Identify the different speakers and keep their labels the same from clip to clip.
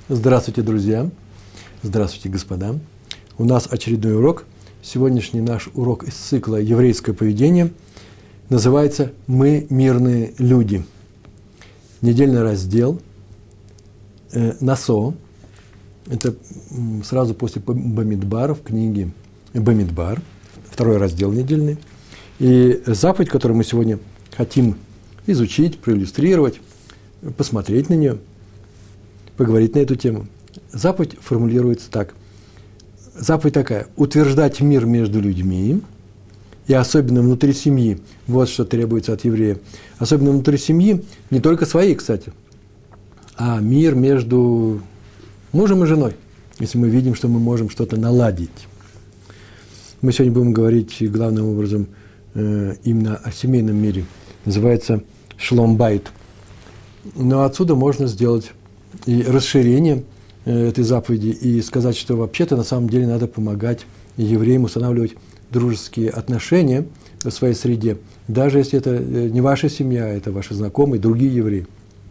Speaker 1: Здравствуйте, друзья! Здравствуйте, господа! У нас очередной урок. Сегодняшний наш урок из цикла «Еврейское поведение» называется «Мы мирные люди». Недельный раздел Насо. Это сразу после Бамидбара в книге Бамидбар. Второй раздел недельный. И заповедь, которую мы сегодня хотим изучить, проиллюстрировать, посмотреть на нее, поговорить на эту тему. Заповедь формулируется так. Заповедь такая: утверждать мир между людьми, и особенно внутри семьи. Вот что требуется от еврея. Особенно внутри семьи, не только своей, кстати, а мир между мужем и женой, если мы видим, что мы можем что-то наладить. Мы сегодня будем говорить главным образом именно о семейном мире. Называется «Шлом байт». Но отсюда можно сделать и расширение этой заповеди, и сказать, что вообще-то на самом деле надо помогать евреям устанавливать дружеские отношения в своей среде, даже если это не ваша семья, это ваши знакомые, другие евреи.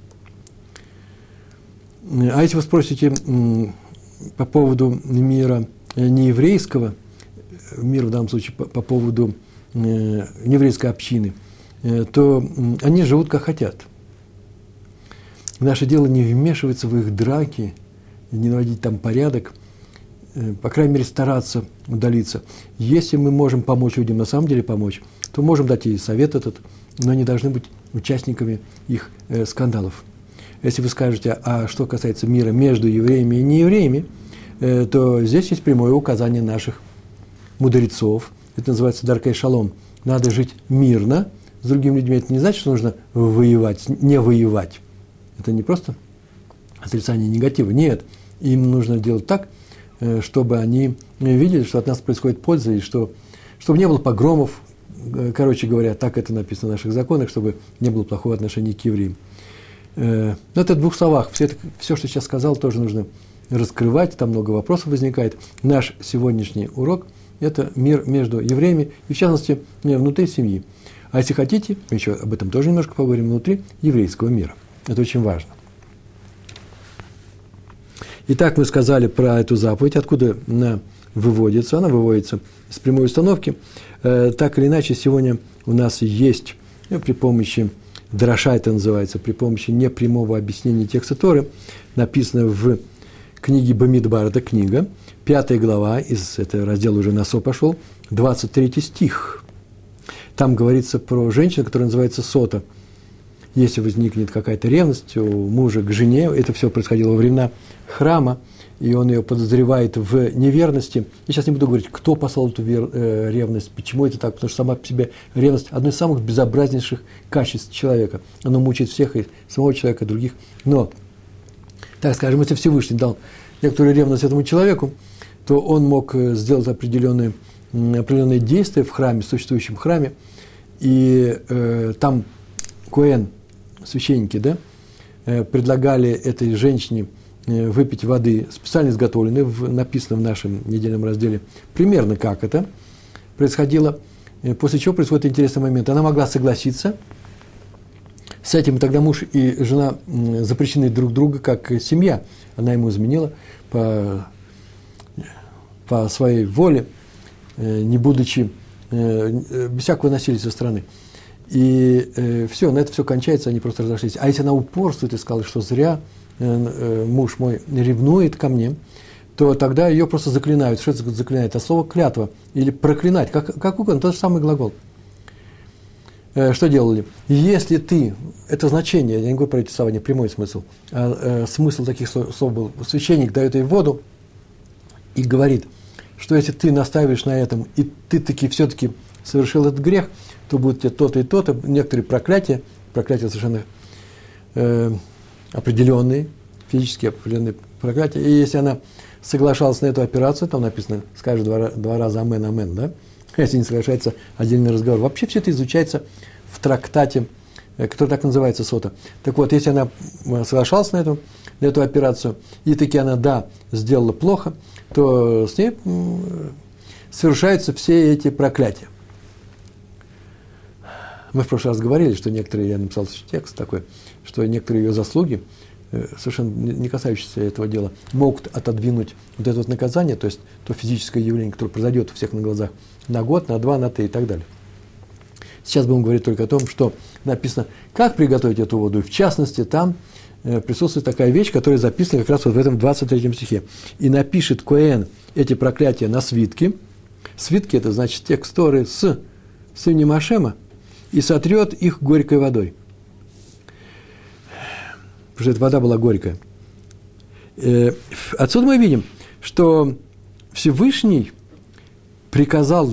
Speaker 1: А если вы спросите по поводу мира нееврейского, мир в данном случае по поводу нееврейской общины, то они живут как хотят. Наше дело не вмешиваться в их драки, не наводить там порядок, по крайней мере, стараться удалиться. Если мы можем помочь людям, на самом деле помочь, то можем дать и совет этот, но не должны быть участниками их скандалов. Если вы скажете, а что касается мира между евреями и неевреями, то здесь есть прямое указание наших мудрецов. Это называется даркей шалом. Надо жить мирно с другими людьми. Это не значит, что нужно воевать, не воевать. Это не просто отрицание негатива. Нет, им нужно делать так, чтобы они видели, что от нас происходит польза, и чтобы не было погромов, короче говоря, так это написано в наших законах, чтобы не было плохого отношения к евреям. Но это в двух словах. Все, что сейчас сказал, тоже нужно раскрывать, там много вопросов возникает. Наш сегодняшний урок – это мир между евреями, и в частности, внутри семьи. А если хотите, мы еще об этом тоже немножко поговорим, внутри еврейского мира. Это очень важно. Итак, мы сказали про эту заповедь, откуда она выводится. Она выводится с прямой установки. Так или иначе, сегодня у нас есть при помощи дроша, это называется, при помощи непрямого объяснения текста Торы, написано в книге Бамидбар, это книга, 5 глава, из этого раздела уже Насо пошел, 23 стих. Там говорится про женщину, которая называется Сота. Если возникнет какая-то ревность у мужа к жене, это все происходило во времена храма, и он ее подозревает в неверности. Я сейчас не буду говорить, кто послал эту ревность, почему это так, потому что сама по себе ревность – одно из самых безобразнейших качеств человека. Оно мучает всех, и самого человека, и других. Но, так скажем, если Всевышний дал некоторую ревность этому человеку, то он мог сделать определенные действия в храме, в существующем храме, и там коэн, священники, да, предлагали этой женщине выпить воды, специально изготовленной, написано в нашем недельном разделе, примерно как это происходило, после чего происходит интересный момент. Она могла согласиться с этим, и тогда муж и жена запрещены друг друга как семья. Она ему изменила по своей воле, не будучи, без всякого насилия со стороны. И все, на это все кончается, они просто разошлись. А если она упорствует и сказала, что зря муж мой ревнует ко мне, то тогда ее просто заклинают. Что это заклинает? А слово клятва или проклинать, как угодно, тот же самый глагол. Что делали? Если ты, это значение, я не говорю про эти слова, не прямой смысл, а смысл таких слов был, священник дает ей воду и говорит, что если ты настаиваешь на этом, и ты таки все-таки совершил этот грех, то будет тебе то-то и то-то, некоторые проклятия совершенно определенные, физически определенные проклятия. И если она соглашалась на эту операцию, там написано, скажет два раза «Амен, амен», да? Если не соглашается, отдельный разговор. Вообще все это изучается в трактате, который так называется «Сота». Так вот, если она соглашалась на эту операцию, и таки она, да, сделала плохо, то с ней совершаются все эти проклятия. Мы в прошлый раз говорили, что некоторые, я написал текст такой, что некоторые ее заслуги совершенно не касающиеся этого дела, могут отодвинуть вот это вот наказание, то есть то физическое явление, которое произойдет у всех на глазах, на год, на 2, на 3 и так далее. Сейчас будем говорить только о том, что написано, как приготовить эту воду. И в частности, там присутствует такая вещь, которая записана как раз вот в этом 23 стихе. «И напишет Коэн эти проклятия на свитки». Свитки – это значит текст Торы с именем Ашема, и сотрет их горькой водой. Потому что эта вода была горькая. Отсюда мы видим, что Всевышний приказал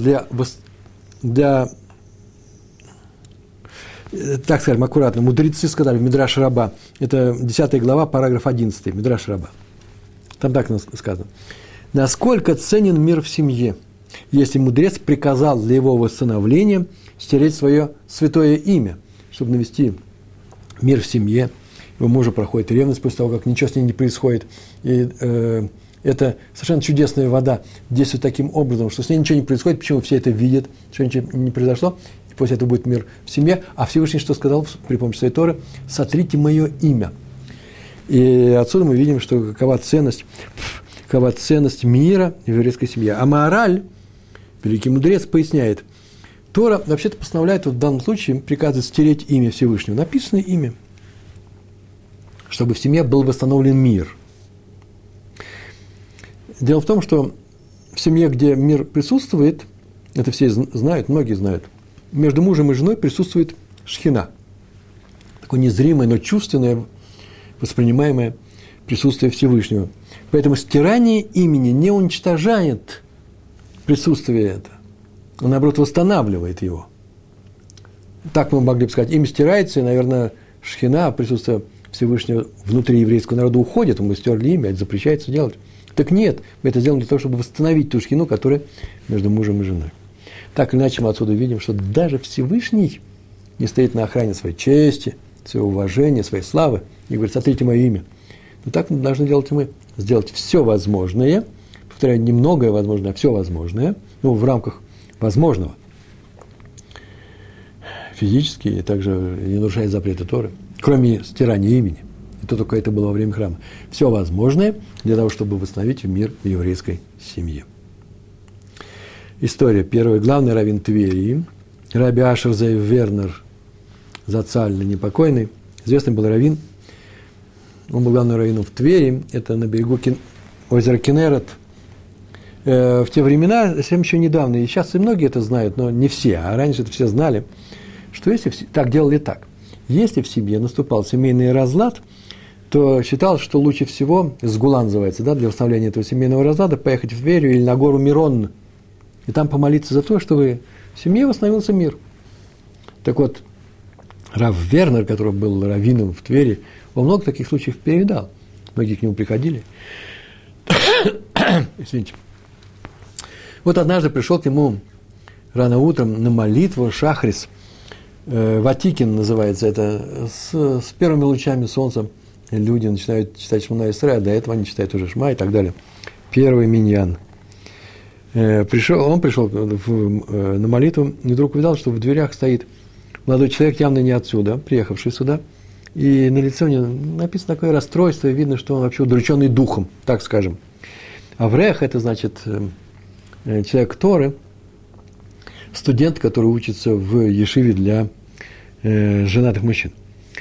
Speaker 1: так скажем, аккуратно, мудрецы сказали в Мидраш Раба, это 10 глава, параграф 11, Мидраш Раба. Там так сказано. Насколько ценен мир в семье, если мудрец приказал для его восстановления стереть свое святое имя, чтобы навести мир в семье. Его мужа проходит ревность после того, как ничего с ней не происходит. И это совершенно чудесная вода действует таким образом, что с ней ничего не происходит, почему все это видят, что ничего не произошло, и после этого будет мир в семье. А Всевышний что сказал при помощи своей Торы? «Сотрите мое имя». И отсюда мы видим, что какова ценность мира в еврейской семье. А Маораль, великий мудрец, поясняет, Тора вообще-то постановляет, вот в данном случае приказывает стереть имя Всевышнего, написанное имя, чтобы в семье был восстановлен мир. Дело в том, что в семье, где мир присутствует, это все знают, многие знают, между мужем и женой присутствует шхина. Такое незримое, но чувственное, воспринимаемое присутствие Всевышнего. Поэтому стирание имени не уничтожает присутствие это, а наоборот восстанавливает его. Так мы могли бы сказать, имя стирается, и, наверное, шхина, присутствие Всевышнего внутри еврейского народа уходит, мы стерли имя, это запрещается делать. Так нет, мы это сделаем для того, чтобы восстановить ту шхину, которая между мужем и женой. Так или иначе мы отсюда видим, что даже Всевышний не стоит на охране своей чести, своего уважения, своей славы, и говорит, сотрите мое имя. Но так должны делать и мы. Сделать все возможное, повторяю, не многое возможное, а все возможное, в рамках возможного, физически, и также не нарушая запреты Торы, кроме стирания имени. И то только это было во время храма. Все возможное для того, чтобы восстановить мир в еврейской семье. История. Первый главный раввин Твери, Раби Ашер Зеев Вернер, зацальный, непокойный, известный был раввин. Он был главным раввином в Твери, это на берегу озера Кенерет. В те времена, совсем еще недавно, и сейчас и многие это знают, но не все, а раньше это все знали, что если так делали так, если в семье наступал семейный разлад, то считалось, что лучше всего, сгула называется, да, для восстановления этого семейного разлада, поехать в Тверь или на гору Мирон, и там помолиться за то, чтобы в семье восстановился мир. Так вот, Рав Вернер, который был раввином в Твери, он много таких случаев передал. Многие к нему приходили. Извините. Вот однажды пришел к нему рано утром на молитву Шахрис, Ватикин называется это, с первыми лучами солнца люди начинают читать Шмона Исрей, а до этого они читают уже Шма и так далее. Первый миньян. Он пришел на молитву, и вдруг увидел, что в дверях стоит молодой человек, явно не отсюда, приехавший сюда, и на лице у него написано такое расстройство, и видно, что он вообще удрученный духом, так скажем. Аврех – это значит человек Торы, студент, который учится в ешиве для женатых мужчин.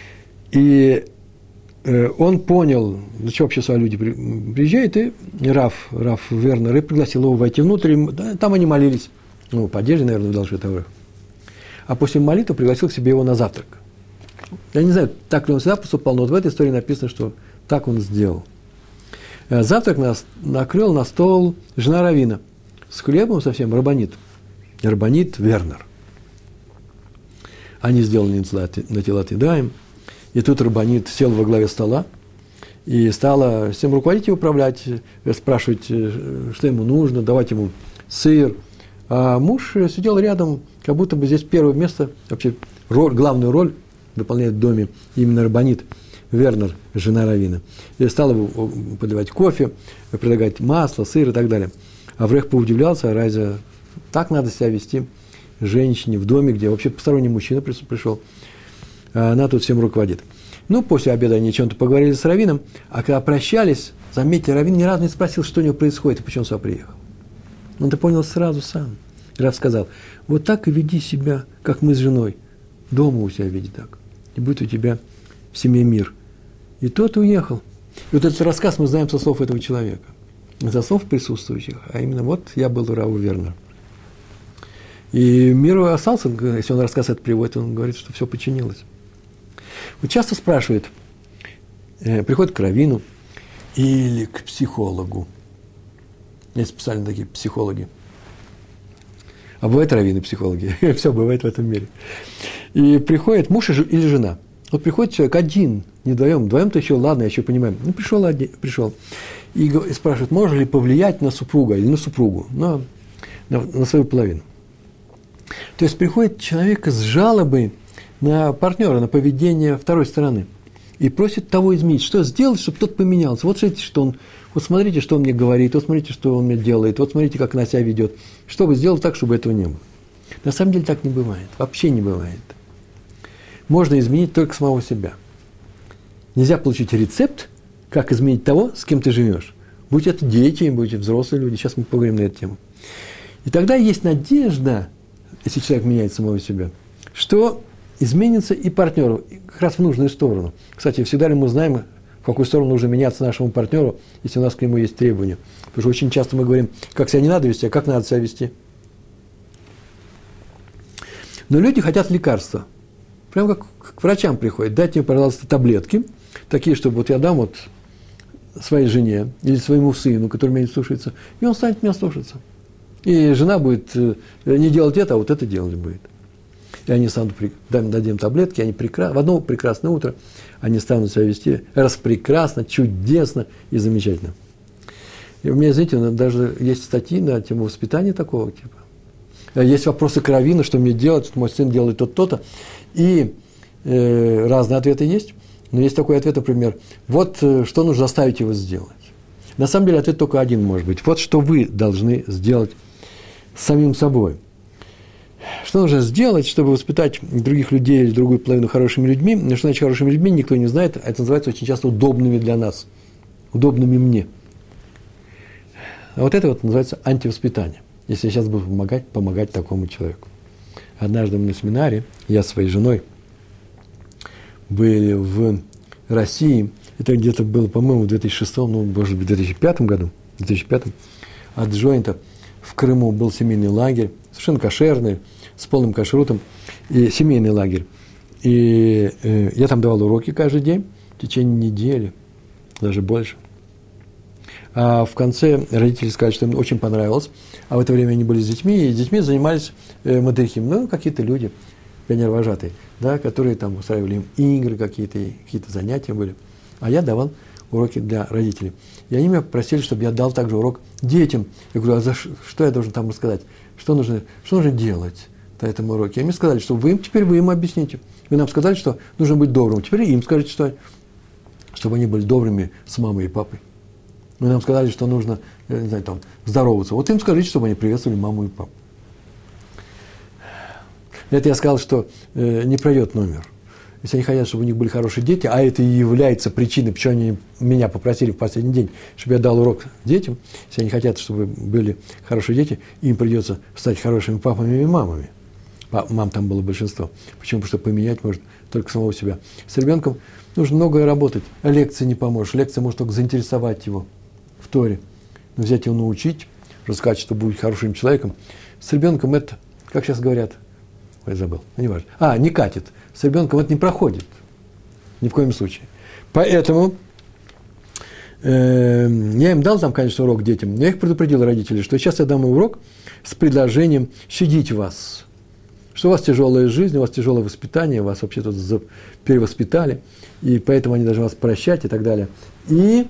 Speaker 1: И он понял, для чего вообще свои люди приезжают, и Рав Вернер и пригласил его войти внутрь, там они молились, по одежде, наверное, должны это Аврех. А после молитвы пригласил к себе его на завтрак. Я не знаю, так ли он всегда поступал, но вот в этой истории написано, что так он сделал. Завтрак накрыл на стол жена раввина с хлебом совсем, раббанит Вернер. Они сделали натилат едаем, и тут раббанит сел во главе стола и стала всем руководить и управлять, спрашивать, что ему нужно, давать ему сыр. А муж сидел рядом, как будто бы здесь первое место, вообще главную роль выполняет в доме именно раббанит Вернер, жена раввина. И стала подавать кофе, предлагать масло, сыр и так далее. Аврех поудивлялся, разве так надо себя вести женщине в доме, где вообще посторонний мужчина пришел, а она тут всем руководит. Ну, после обеда они о чем-то поговорили с раввином, а когда прощались, заметьте, раввин ни разу не спросил, что у него происходит и почему он сюда приехал. Он это понял сразу сам. Рав сказал, вот так и веди себя, как мы с женой. Дома у себя веди так. И будет у тебя в семье мир. И тот уехал. И вот этот рассказ мы знаем со слов этого человека. Не со слов присутствующих, а именно вот я был у Рава Вернера. И мир остался, если он рассказ этот приводит, он говорит, что все подчинилось. Вот часто спрашивают, приходят к раввину или к психологу. Есть специально такие психологи. А бывают раввины, психологи. Все бывает в этом мире. И приходит муж или жена. Вот приходит человек один, не вдвоем. Вдвоем-то еще, ладно, я еще понимаю. Ну, пришел. И спрашивает, можно ли повлиять на супруга или на супругу, на свою половину. То есть приходит человек с жалобой на партнера, на поведение второй стороны. И просит того изменить. Что сделать, чтобы тот поменялся? Вот смотрите, что он мне говорит, вот смотрите, что он мне делает, вот смотрите, как она себя ведет. Чтобы сделать так, чтобы этого не было. На самом деле так не бывает. Вообще не бывает. Можно изменить только самого себя. Нельзя получить рецепт, как изменить того, с кем ты живешь. Будь это дети, будь это взрослые люди. Сейчас мы поговорим на эту тему. И тогда есть надежда, если человек меняет самого себя, что изменится и партнеру, как раз в нужную сторону. Кстати, всегда ли мы знаем, в какую сторону нужно меняться нашему партнеру, если у нас к нему есть требования? Потому что очень часто мы говорим, как себя не надо вести, а как надо себя вести. Но люди хотят лекарства. Прямо как к врачам приходят. Дайте мне, пожалуйста, таблетки, такие, чтобы вот я дам вот своей жене или своему сыну, который меня не слушается, и он станет меня слушаться. И жена будет не делать это, а вот это делать будет. И они станут, дадим таблетки, они в одно прекрасное утро они станут себя вести распрекрасно, чудесно и замечательно. И у меня, знаете, даже есть статьи на тему воспитания такого типа. Есть вопросы к раввину, что мне делать, мой сын делает то-то. И разные ответы есть. Но есть такой ответ, например, вот что нужно заставить его сделать. На самом деле ответ только один может быть. Вот что вы должны сделать с самим собой. Что нужно сделать, чтобы воспитать других людей или другую половину хорошими людьми? Что значит хорошими людьми, никто не знает. Это называется очень часто удобными для нас. Удобными мне. А вот это вот называется антивоспитание. Если я сейчас буду помогать такому человеку. Однажды мы на семинаре, я с своей женой, были в России. Это где-то было, по-моему, в 2006, ну, может быть, в 2005 году. В 2005 от Джойнта в Крыму был семейный лагерь, совершенно кошерный, с полным кашрутом, и семейный лагерь. И я там давал уроки каждый день, в течение недели, даже больше. А в конце родители сказали, что им очень понравилось, а в это время они были с детьми, и с детьми занимались мадрихим, ну, какие-то люди, пионер-вожатые, да, которые там устраивали им игры какие-то занятия были. А я давал уроки для родителей. И они меня попросили, чтобы я дал также урок детям. Я говорю, а что я должен там рассказать? Что нужно делать на этом уроке? И мне сказали, что теперь вы им объясните. Вы нам сказали, что нужно быть добрым. Теперь им скажите, чтобы они были добрыми с мамой и папой. Вы нам сказали, что нужно, не знаю, там, здороваться. Вот им скажите, чтобы они приветствовали маму и папу. Это я сказал, что не пройдет номер. Если они хотят, чтобы у них были хорошие дети, а это и является причиной, почему они меня попросили в последний день, чтобы я дал урок детям, если они хотят, чтобы были хорошие дети, им придется стать хорошими папами и мамами. Мам там было большинство. Почему? Потому что поменять может только самого себя. С ребенком нужно многое работать, а лекции не поможешь. Лекция может только заинтересовать его в Торе. Но взять его научить, рассказать, что будет хорошим человеком. С ребенком это, как сейчас говорят, я забыл, не важно. Не катит. С ребенком это не проходит. Ни в коем случае. Поэтому я им дал там, конечно, урок детям, но я их предупредил, родителей, что сейчас я дам им урок с предложением щадить вас. Что у вас тяжелая жизнь, у вас тяжелое воспитание, вас вообще тут перевоспитали, и поэтому они должны вас прощать и так далее. И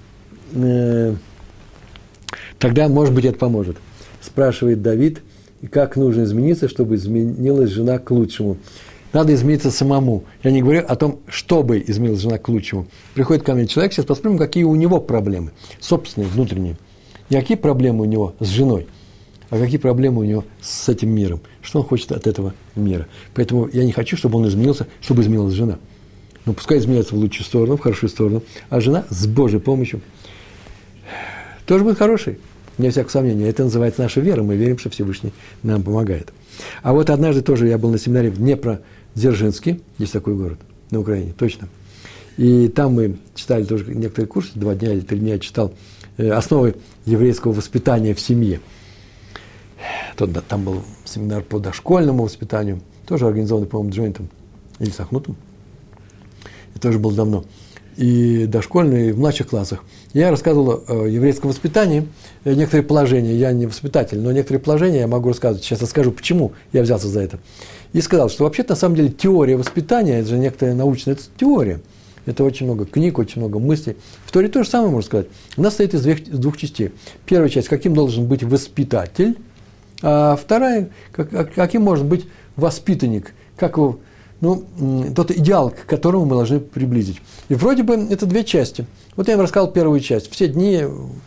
Speaker 1: тогда, может быть, это поможет. Спрашивает Давид, как нужно измениться, чтобы изменилась жена к лучшему. Надо измениться самому. Я не говорю о том, чтобы изменилась жена к лучшему. Приходит ко мне человек, сейчас посмотрим, какие у него проблемы, собственные, внутренние. Не какие проблемы у него с женой, а какие проблемы у него с этим миром. Что он хочет от этого мира. Поэтому я не хочу, чтобы он изменился, чтобы изменилась жена. но пускай изменяется в лучшую сторону, в хорошую сторону, а жена с Божьей помощью тоже будет хорошей, не всякого сомнения. Это называется наша вера, мы верим, что Всевышний нам помогает. А вот однажды тоже я был на семинаре в Днепродзержинске, есть такой город на Украине, точно. И там мы читали тоже некоторые курсы, 2 дня или 3 дня я читал основы еврейского воспитания в семье. Там был семинар по дошкольному воспитанию, тоже организованный, по-моему, Джойнтом или Сахнутом. Это тоже было давно. И дошкольный, и в младших классах. Я рассказывал о еврейском воспитании, некоторые положения, я не воспитатель, но некоторые положения я могу рассказывать. Сейчас я скажу, почему я взялся за это. И сказал, что вообще-то на самом деле теория воспитания, это же некоторая научная, это теория. Это очень много книг, очень много мыслей. В Торе то же самое можно сказать. У нас состоит из 2 частей. Первая часть, каким должен быть воспитатель, а вторая, каким может быть воспитанник, как его, тот идеал, к которому мы должны приблизить. И вроде бы это 2 части. Вот я вам рассказал первую часть. Все дни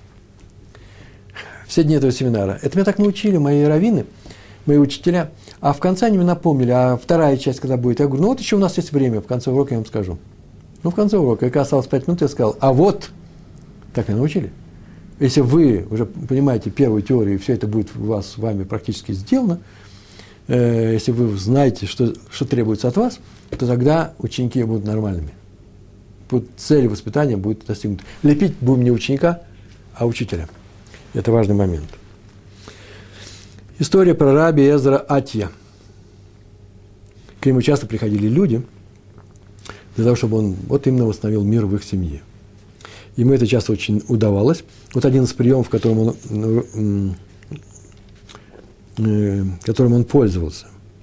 Speaker 1: этого семинара. Это меня так научили мои раввины, мои учителя. А в конце они мне напомнили, а вторая часть когда будет? Я говорю, вот еще у нас есть время, в конце урока я вам скажу. В конце урока, когда осталось 5 минут, я сказал, а вот, так меня научили. Если вы уже понимаете первую теорию, и все это будет с вами практически сделано, если вы знаете, что требуется от вас, то тогда ученики будут нормальными. Цель воспитания будет достигнута. Лепить будем не ученика, а учителя. Это важный момент. История про раби Эзра Атья. К нему часто приходили люди, для того, чтобы он вот именно восстановил мир в их семье. Ему это часто очень удавалось. Вот один из приемов, которым он пользовался.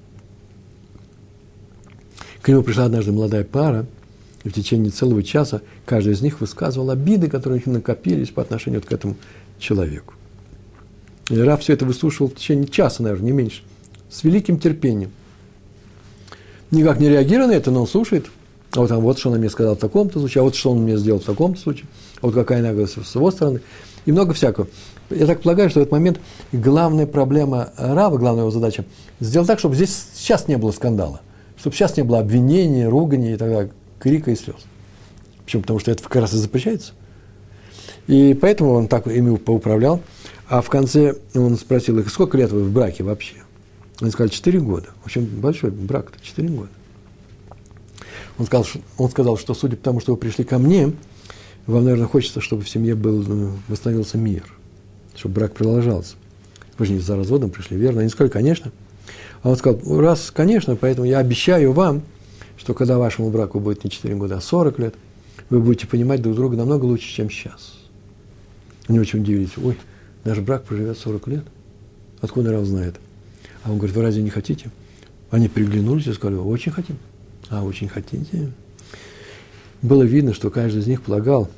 Speaker 1: К нему пришла однажды молодая пара, и в течение целого часа каждый из них высказывал обиды, которые у них накопились по отношению к этому человеку. И рав все это выслушивал в течение часа, наверное, не меньше, с великим терпением. Никак не реагируя на это, но он слушает. А вот что он мне сказал в таком-то случае, а вот что он мне сделал в таком-то случае, а вот какая наглость с его стороны, и много всякого. Я так полагаю, что в этот момент главная проблема рава, главная его задача, сделать так, чтобы здесь сейчас не было скандала, чтобы сейчас не было обвинений, ругани и так далее, крика и слез. Почему? Потому что это как раз и запрещается. И поэтому он так ими поуправлял. А в конце он спросил их, сколько лет вы в браке вообще? Они сказали, 4 года. В общем, большой брак-то, 4 года. Он сказал, что судя по тому, что вы пришли ко мне, вам, наверное, хочется, чтобы в семье восстановился мир, чтобы брак продолжался. Вы же не за разводом пришли, верно? Они сказали, конечно. А он сказал, раз, конечно, поэтому я обещаю вам, что когда вашему браку будет не 4 года, а 40 лет, вы будете понимать друг друга намного лучше, чем сейчас. Они очень удивились. Ой, наш брак проживет 40 лет? Откуда Рав знает? А он говорит, вы разве не хотите? Они приглянулись и сказали, очень хотим. А, очень хотите? Было видно, что каждый из них полагал,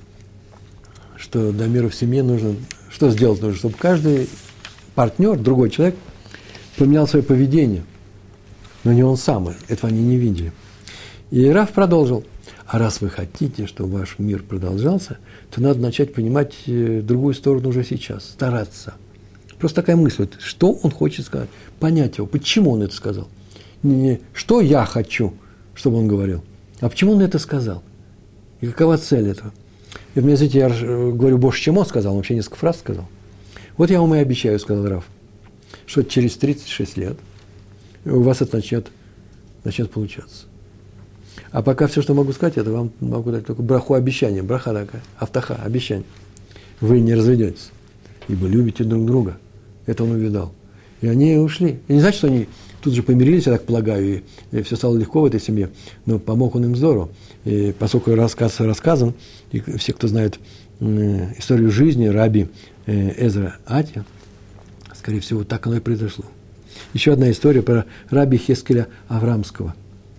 Speaker 1: что для мира в семье нужно, что сделать нужно, чтобы каждый партнер, другой человек, поменял свое поведение. Но не он сам, этого они не видели. И Рав продолжил. А раз вы хотите, чтобы ваш мир продолжался, то надо начать понимать другую сторону уже сейчас, стараться. Просто такая мысль, вот, что он хочет сказать, понять его, почему он это сказал. Не что я хочу, чтобы он говорил, а почему он это сказал, и какова цель этого. И, мне, знаете, я говорю больше, чем он сказал, он вообще несколько фраз сказал. Вот я вам и обещаю, сказал Рав, что через 36 лет у вас это начнет получаться. А пока все, что могу сказать, это вам могу дать только браху обещания, браха такая, автаха, обещание. Вы не разведетесь, ибо любите друг друга. Это он увидал. И они ушли. И не значит, что они тут же помирились, я так полагаю, и все стало легко в этой семье, но помог он им здорово. И поскольку рассказ рассказан, и все, кто знает историю жизни раби Эзра Атья, скорее всего, так оно и произошло. Еще одна история про раби Хескеля Аврамского.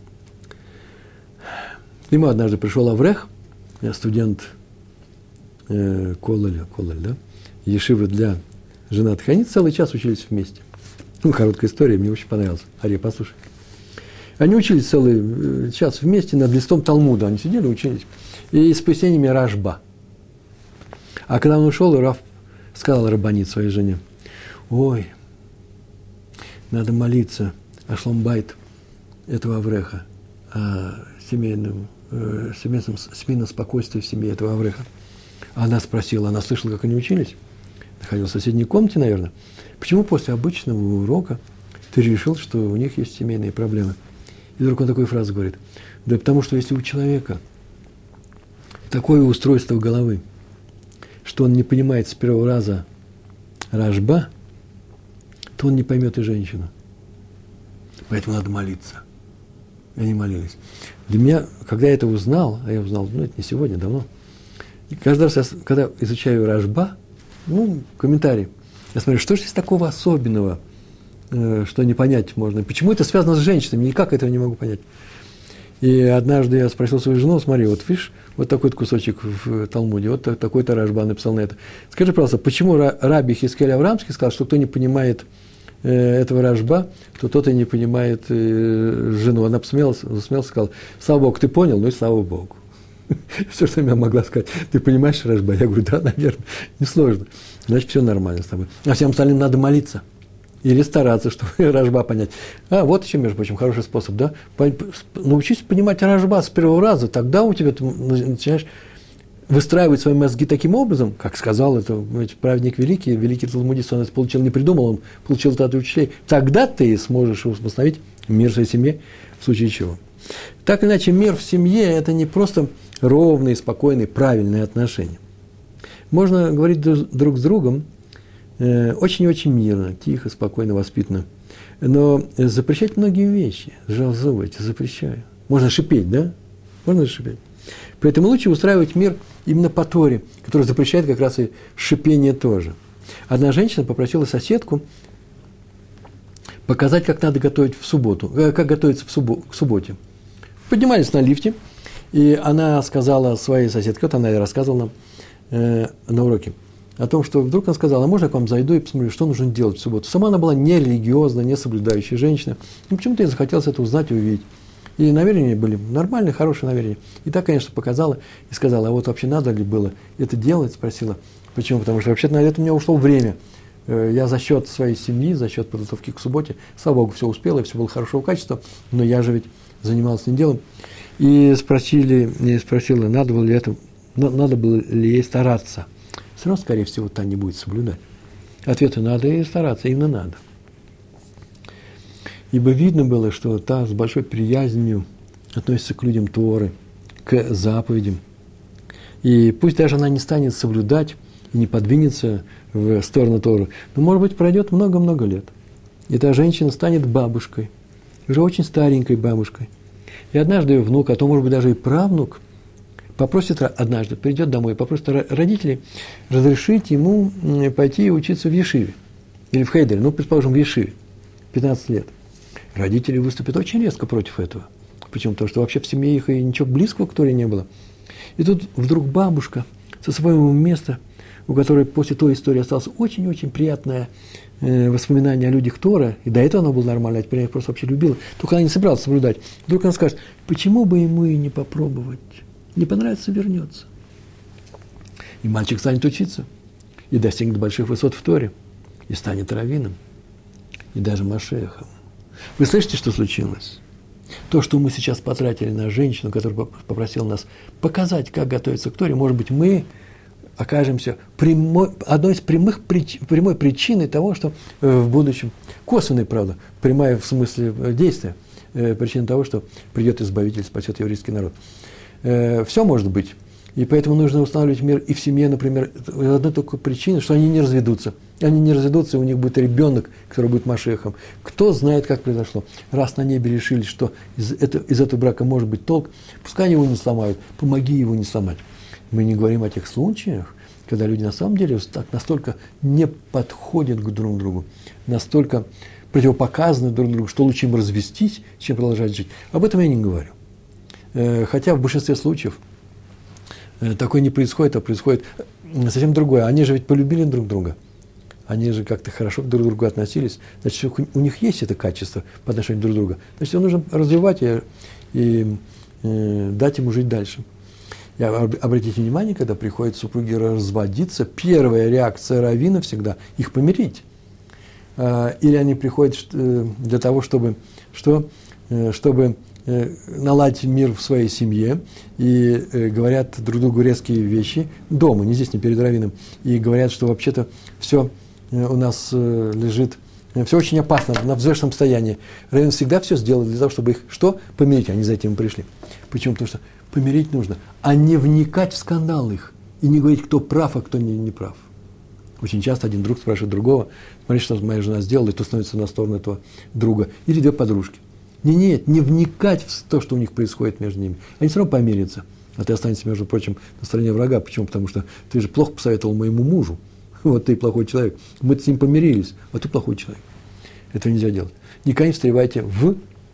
Speaker 1: К нему однажды пришел Аврех, студент Кололя, да, ешивы для женатых. Они целый час учились вместе. Короткая история, мне очень понравилась. Ария, послушай. Они учились целый час вместе над листом Талмуда. Они сидели, учились. И с пояснениями Рашба. А когда он ушел, Рав сказал рабанит своей жене, ой, надо молиться о шломбайт этого Авреха, о семейном семейном спокойствии в семье этого Авреха. Она спросила, она слышала, как они учились, находилась в соседней комнате, наверное, почему после обычного урока ты решил, что у них есть семейные проблемы? И вдруг он такую фразу говорит, да потому что если у человека такое устройство головы, что он не понимает с первого раза рашба, то он не поймет и женщину. Поэтому надо молиться. И они молились. Для меня, когда я это узнал, а я узнал, это не сегодня, давно, и каждый раз, когда изучаю рашба, комментарий, я смотрю, что же здесь такого особенного, что не понять можно. Почему это связано с женщинами? Никак этого не могу понять. И однажды я спросил свою жену, смотри, вот видишь, вот такой кусочек в Талмуде, вот такой-то рашба написал на это. Скажи, пожалуйста, почему Раби Хискель Аврамский сказал, что кто не понимает этого рашба, то тот и не понимает жену. Она засмеялась и сказала, слава Богу, ты понял, и слава Богу. Все, что я могла сказать. Ты понимаешь рашба? Я говорю, да, наверное, несложно. Значит, все нормально с тобой. А всем остальным надо молиться. Или стараться, чтобы рашба понять. Вот еще, между прочим, хороший способ, да? Научись понимать рашба с первого раза, тогда у тебя ты начинаешь выстраивать свои мозги таким образом, как сказал это праведник великий талмудист, он это получил, не придумал, он получил это от учителей. Тогда ты сможешь восстановить мир в своей семье, в случае чего. Так иначе, мир в семье – это не просто ровные, спокойные, правильные отношения. Можно говорить друг с другом очень-очень мирно, тихо, спокойно, воспитанно. Но запрещать многие вещи, жалзовать, запрещаю. Можно шипеть, да? Можно шипеть. Поэтому лучше устраивать мир именно по Торе, который запрещает как раз и шипение тоже. Одна женщина попросила соседку показать, как надо готовить в субботу, как готовиться к субботе. Поднимались на лифте, и она сказала своей соседке, вот она и рассказывала нам на уроке, о том, что вдруг она сказала, можно я к вам зайду и посмотрю, что нужно делать в субботу. Сама она была не религиозная, не соблюдающая женщина, но почему-то ей захотелось это узнать и увидеть. И намерения были нормальные, хорошие намерения. И так, конечно, показала и сказала, а вот вообще надо ли было это делать, спросила. Почему? Потому что вообще-то на это у меня ушло время. Я за счет своей семьи, за счет подготовки к субботе, слава Богу, все успела, все было хорошего качества, но я же ведь занимался этим делом. И спросила, надо было ли ей стараться. Все равно, скорее всего, та не будет соблюдать. Ответы надо и стараться, именно надо. Ибо видно было, что та с большой приязнью относится к людям Торы, к заповедям. И пусть даже она не станет соблюдать и не подвинется в сторону Торы, но, может быть, пройдет много-много лет. И та женщина станет бабушкой, уже очень старенькой бабушкой. И однажды ее внук, а то, может быть, даже и правнук, попросит однажды, придет домой, попросит родителей разрешить ему пойти учиться в Ешиве. Или в Хейделе, предположим, в Ешиве, 15 лет. Родители выступят очень резко против этого. Почему? Потому что вообще в семье их и ничего близкого к Торе не было. И тут вдруг бабушка со своего места, у которой после той истории осталось очень-очень приятное воспоминание о людях Тора, и до этого она была нормальная, а теперь я их просто вообще любила, только она не собиралась соблюдать. Вдруг она скажет, почему бы ему и не попробовать? Не понравится, вернется. И мальчик станет учиться, и достигнет больших высот в Торе, и станет раввином, и даже машехом. Вы слышите, что случилось? То, что мы сейчас потратили на женщину, которая попросила нас показать, как готовиться к Торе, может быть, мы окажемся одной из прямой причиной того, что в будущем, косвенной, правда, прямая в смысле действия, причина того, что придет Избавитель, спасет еврейский народ. Все может быть. И поэтому нужно устанавливать мир и в семье, например, одной только причины, что они не разведутся. Они не разведутся, и у них будет ребенок, который будет машехом. Кто знает, как произошло. Раз на небе решили, что из этого брака может быть толк, пускай его не сломают, помоги его не сломать. Мы не говорим о тех случаях, когда люди на самом деле настолько не подходят друг к другу, настолько противопоказаны друг другу, что лучше им развестись, чем продолжать жить. Об этом я не говорю. Хотя в большинстве случаев такое не происходит, а происходит совсем другое. Они же ведь полюбили друг друга. Они же как-то хорошо друг к другу относились. Значит, у них есть это качество по отношению друг к другу. Значит, его нужно развивать и дать ему жить дальше. И обратите внимание, когда приходят супруги разводиться, первая реакция раввина всегда их помирить. Или они приходят для того, чтобы наладить мир в своей семье, и говорят друг другу резкие вещи дома, не здесь, не перед раввином, и говорят, что вообще-то все у нас лежит, все очень опасно, на взвешенном состоянии. Раввин всегда все сделал для того, чтобы их что? Помирить, они за этим пришли. Почему? Потому что помирить нужно, а не вникать в скандал их, и не говорить, кто прав, а кто не прав. Очень часто один друг спрашивает другого: смотри, что моя жена сделала, и то становится на сторону этого друга. Или две подружки. Нет, не вникать в то, что у них происходит между ними. Они все равно помирятся. А ты останешься, между прочим, на стороне врага. Почему? Потому что ты же плохо посоветовал моему мужу. Вот ты плохой человек. Мы с ним помирились, а ты плохой человек. Этого нельзя делать. Никогда не встревайте в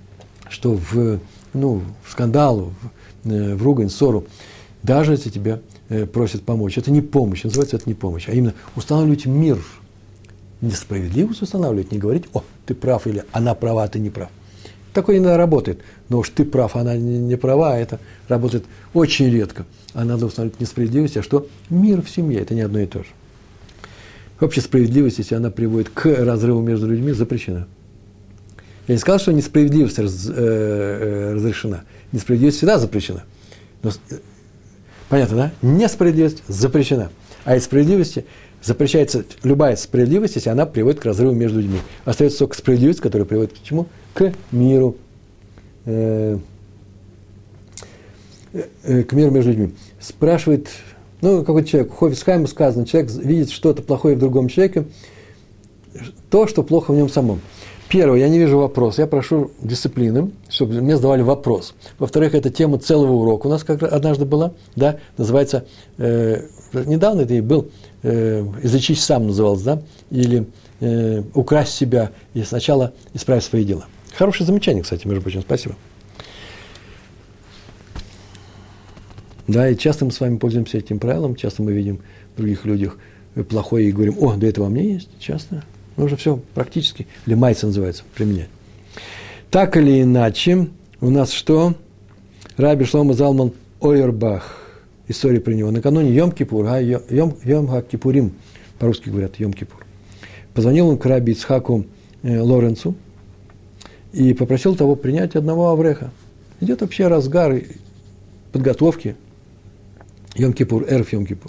Speaker 1: скандал, в ругань, ссору. Даже если тебя просят помочь. Это не помощь. Называется это не помощь. А именно устанавливать мир. Несправедливость устанавливать, не говорить: о, ты прав, или она права, а ты не прав. Такое иногда работает, но уж ты прав, она не права, это работает очень редко. А надо установить несправедливость, а что? Мир в семье, это не одно и то же. Вообще справедливость, если она приводит к разрыву между людьми, запрещена. Я не сказал, что несправедливость разрешена. Несправедливость всегда запрещена. Но, понятно, да? Несправедливость запрещена. А из справедливости запрещается любая справедливость, если она приводит к разрыву между людьми. Остается только справедливость, которая приводит к чему? К миру. К миру между людьми. Спрашивает, какой-то человек, у Хофец Хаима сказано, человек видит что-то плохое в другом человеке, то, что плохо в нем самом. Первое, я не вижу вопроса, я прошу дисциплины, чтобы мне задавали вопрос. Во-вторых, это тема целого урока у нас как однажды была, да, называется, недавно это и был, «Излечись сам» называлось, да, или «Украсть себя и сначала исправь свои дела». Хорошее замечание, кстати, между прочим, спасибо. Да, и часто мы с вами пользуемся этим правилом, часто мы видим в других людях плохое и говорим: о, да это во мне есть, часто. Нужно все практически, лемайца называется, применять. Так или иначе, у нас что? Раби Шломо Залман Ойербах. История про него. Накануне Йом-Кипур, Йом-Ха-Кипурим, по-русски говорят Йом-Кипур. Позвонил он к раби Ицхаку Лоренцу и попросил того принять одного авреха. Идет вообще разгар подготовки Йом-Кипур, Эрф Йом-Кипур.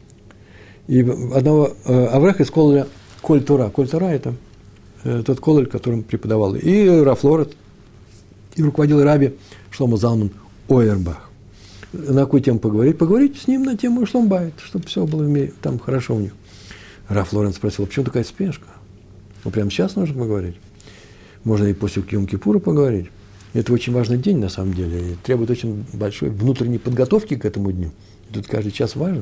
Speaker 1: И одного авреха из кололя Коль-Тора. Коль-Тора – это тот кололь, которым преподавал и Раф Лоренц, и руководил раби Шломо Залман Ойербах. На какую тему поговорить? Поговорить с ним на тему Шлом Байт, чтобы все было там хорошо у них. Раф Лоренц спросил: почему такая спешка? Прямо сейчас нужно поговорить. Можно и после Йом-Кипура поговорить. Это очень важный день, на самом деле, и требует очень большой внутренней подготовки к этому дню. Тут каждый час важен.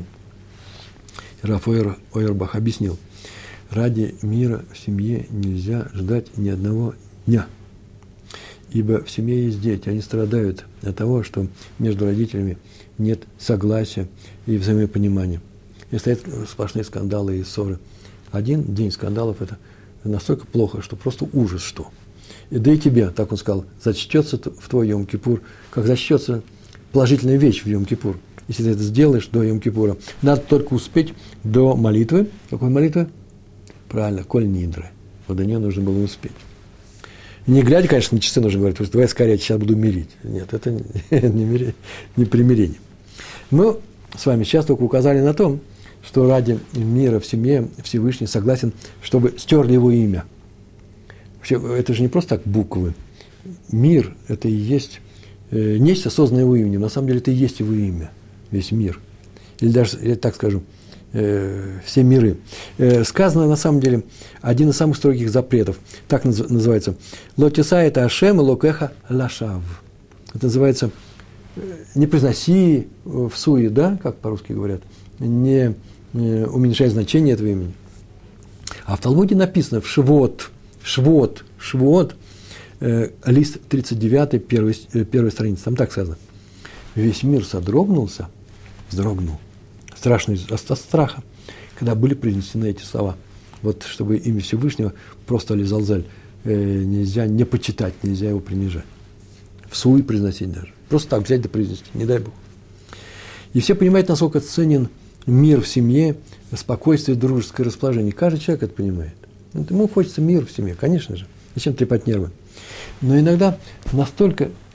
Speaker 1: Раф Ойербах объяснил: ради мира в семье нельзя ждать ни одного дня. Ибо в семье есть дети, они страдают от того, что между родителями нет согласия и взаимопонимания. И стоят сплошные скандалы и ссоры. Один день скандалов – это настолько плохо, что просто ужас что. И да и тебе, так он сказал, зачтется в твой Йом-Кипур, как зачтется положительная вещь в Йом-Кипур. Если ты это сделаешь до Йом-Кипура, надо только успеть до молитвы. Какой молитвы? Правильно, Коль Нидры. Вот до нее нужно было успеть. Не глядя, конечно, на часы нужно говорить: давай скорее, сейчас буду мирить. Нет, это не примирение. Мы с вами сейчас только указали на то, что ради мира в семье Всевышний согласен, чтобы стерли его имя. Вообще, это же не просто так буквы. Мир – это и есть нечто, созданное его именем. На самом деле, это и есть его имя, весь мир. Или даже, я так скажу, все миры. Сказано, на самом деле, один из самых строгих запретов. Так называется. «Лотиса» – это «Ашем» и «Локеха» – «Лашав». Это называется «не произноси в суе», да, как по-русски говорят, не уменьшай значение этого имени. А в Талмуде написано в Швот, лист 39, первая страница, там так сказано: весь мир содрогнулся, вздрогнул, страшно от страха, когда были произнесены эти слова. Вот чтобы имя Всевышнего просто лизалзаль нельзя не почитать, нельзя его принижать. В суе произносить даже. Просто так взять да произнести, не дай Бог. И все понимают, насколько ценен мир в семье, спокойствие, дружеское расположение. Каждый человек это понимает. Ему хочется мир в семье, конечно же. Зачем трепать нервы? Но иногда настолько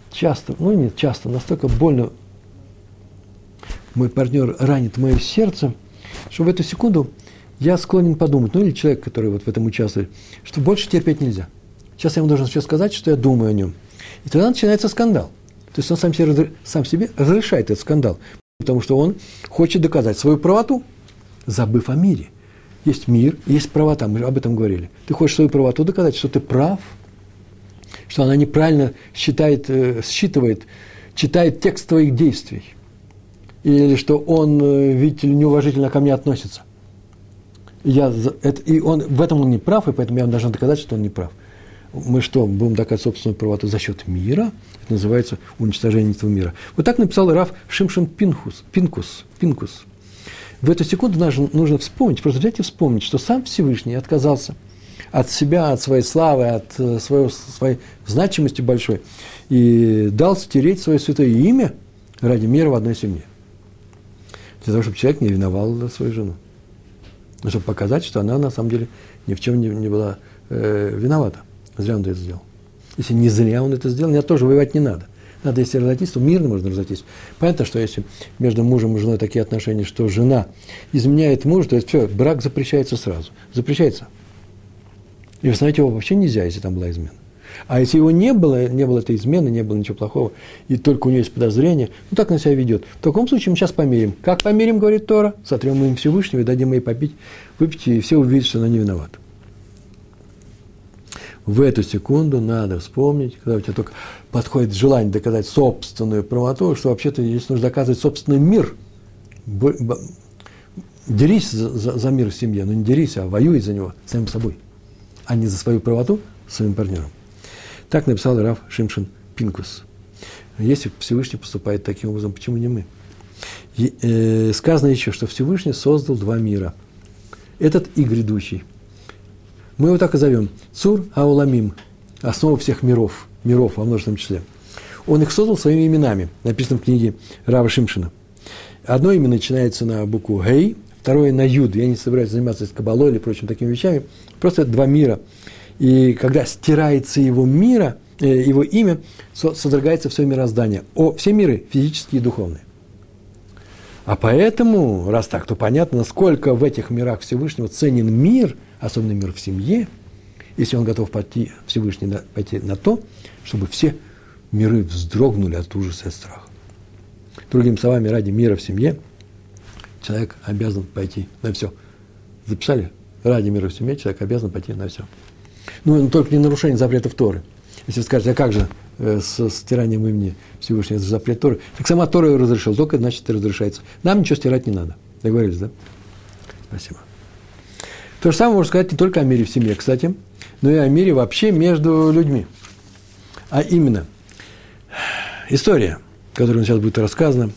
Speaker 1: часто, настолько больно мой партнер ранит мое сердце, что в эту секунду я склонен подумать, или человек, который вот в этом участвует, что больше терпеть нельзя. Сейчас я ему должен все сказать, что я думаю о нем. И тогда начинается скандал. То есть он сам себе разрешает этот скандал, потому что он хочет доказать свою правоту, забыв о мире. Есть мир, есть правота, мы об этом говорили. Ты хочешь свою правоту доказать, что ты прав, что она неправильно считает читает текст твоих действий. Или что он, видите ли, неуважительно ко мне относится. И в этом он не прав, и поэтому я должен доказать, что он не прав. Мы что, будем доказывать собственную правоту за счет мира? Это называется уничтожение этого мира. Вот так написал Рав Шимшон Пинкус. В эту секунду нужно вспомнить, просто взять и вспомнить, что сам Всевышний отказался от себя, от своей славы, от своей значимости большой, и дал стереть свое святое имя ради мира в одной семье. Для того, чтобы человек не ревновал свою жену. Чтобы показать, что она на самом деле ни в чем не была виновата. Зря он это сделал. Если не зря он это сделал, мне тоже воевать не надо. Надо, если разойтись, то мирно можно разойтись. Понятно, что если между мужем и женой такие отношения, что жена изменяет мужу, то есть все, брак запрещается сразу. Запрещается. И восстановить его вообще нельзя, если там была измена. А если его не было этой измены, не было ничего плохого, и только у нее есть подозрение, так он себя ведет. В таком случае мы сейчас помирим. Как помирим, говорит Тора? Сотрем им Всевышнего и дадим ей выпить, и все увидят, что она не виновата. В эту секунду надо вспомнить, когда у тебя только подходит желание доказать собственную правоту, что вообще-то здесь нужно доказывать собственный мир. Дерись за мир в семье, но не дерись, а воюй за него самим собой, а не за свою правоту своим партнером. Так написал Рав Шимшон Пинкус. Если Всевышний поступает таким образом, почему не мы? Сказано еще, что Всевышний создал два мира. Этот и грядущий. Мы его так и зовем. Цур Ауламим. Основа всех миров во множественном числе. Он их создал своими именами. Написано в книге Рава Шимшона. Одно имя начинается на букву Гей, второе на Юд. Я не собираюсь заниматься кабалой или прочими такими вещами. Просто это два мира. И когда стирается его имя, содрогается все мироздание. Все миры физические и духовные. А поэтому, раз так, то понятно, насколько в этих мирах Всевышнего ценен мир, особенно мир в семье, если он готов пойти на то, чтобы все миры вздрогнули от ужаса и от страха. Другими словами, ради мира в семье человек обязан пойти на все. Записали? Ради мира в семье человек обязан пойти на все. Только не нарушение запретов Торы. Если вы скажете, а как же с стиранием имени Всевышнего, это же запрет Торы. Так сама Тора ее разрешила, только значит и разрешается. Нам ничего стирать не надо. Договорились, да? Спасибо. То же самое можно сказать не только о мире в семье, кстати, но и о мире вообще между людьми. А именно, история, которая сейчас будет рассказана,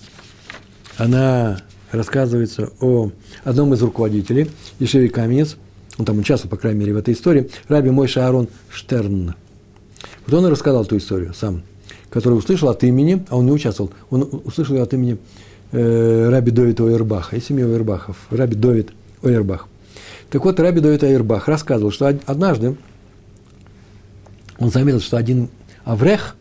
Speaker 1: она рассказывается о одном из руководителей, Ешиве Каменец, он там участвовал, по крайней мере, в этой истории, Раби Мойше Аарон Штерн. Вот он и рассказал ту историю сам, которую услышал от имени, а он не участвовал, он услышал ее от имени Раби Довида Ойербаха, из семьи Ойербахов, Раби Довид Ойербах. Так вот, Раби Довид Ойербах рассказывал, что однажды он заметил, что один аврех,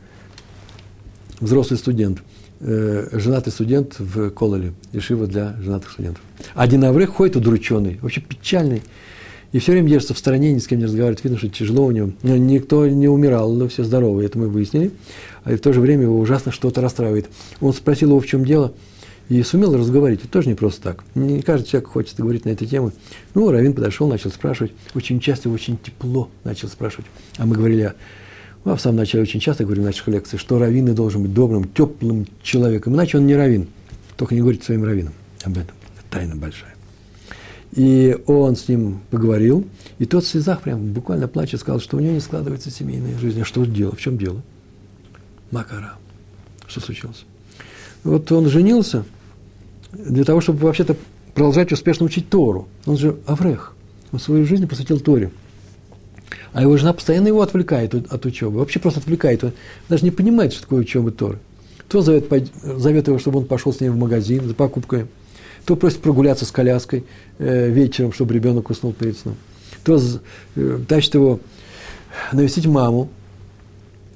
Speaker 1: взрослый студент, женатый студент в Кололе, ешива для женатых студентов. Один аврех ходит удрученный, вообще печальный, и все время держится в стороне, ни с кем не разговаривает, видно, что тяжело у него. Никто не умирал, но все здоровы, это мы выяснили. А в то же время его ужасно что-то расстраивает. Он спросил его, в чем дело, и сумел разговорить. Это тоже не просто так. Не каждый человек хочет говорить на эту тему. Раввин подошел, начал спрашивать, очень часто, очень тепло начал спрашивать. А мы говорили в самом начале очень часто говорим в наших лекциях, что раввин должен быть добрым, теплым человеком, иначе он не раввин. Только не говорите своим раввинам об этом. Это тайна большая. И он с ним поговорил, и тот в слезах, прям буквально плача, сказал, что у него не складывается семейная жизнь. А что дело? В чем дело? Макара. Что случилось? Вот он женился для того, чтобы вообще-то продолжать успешно учить Тору. Он же аврех. Он свою жизнь посвятил Торе. А его жена постоянно его отвлекает от учебы. Вообще просто отвлекает. Он даже не понимает, что такое учеба Торы. То зовет его, чтобы он пошел с ним в магазин за покупкой. То просит прогуляться с коляской вечером, чтобы ребенок уснул перед сном. То тащит его навестить маму.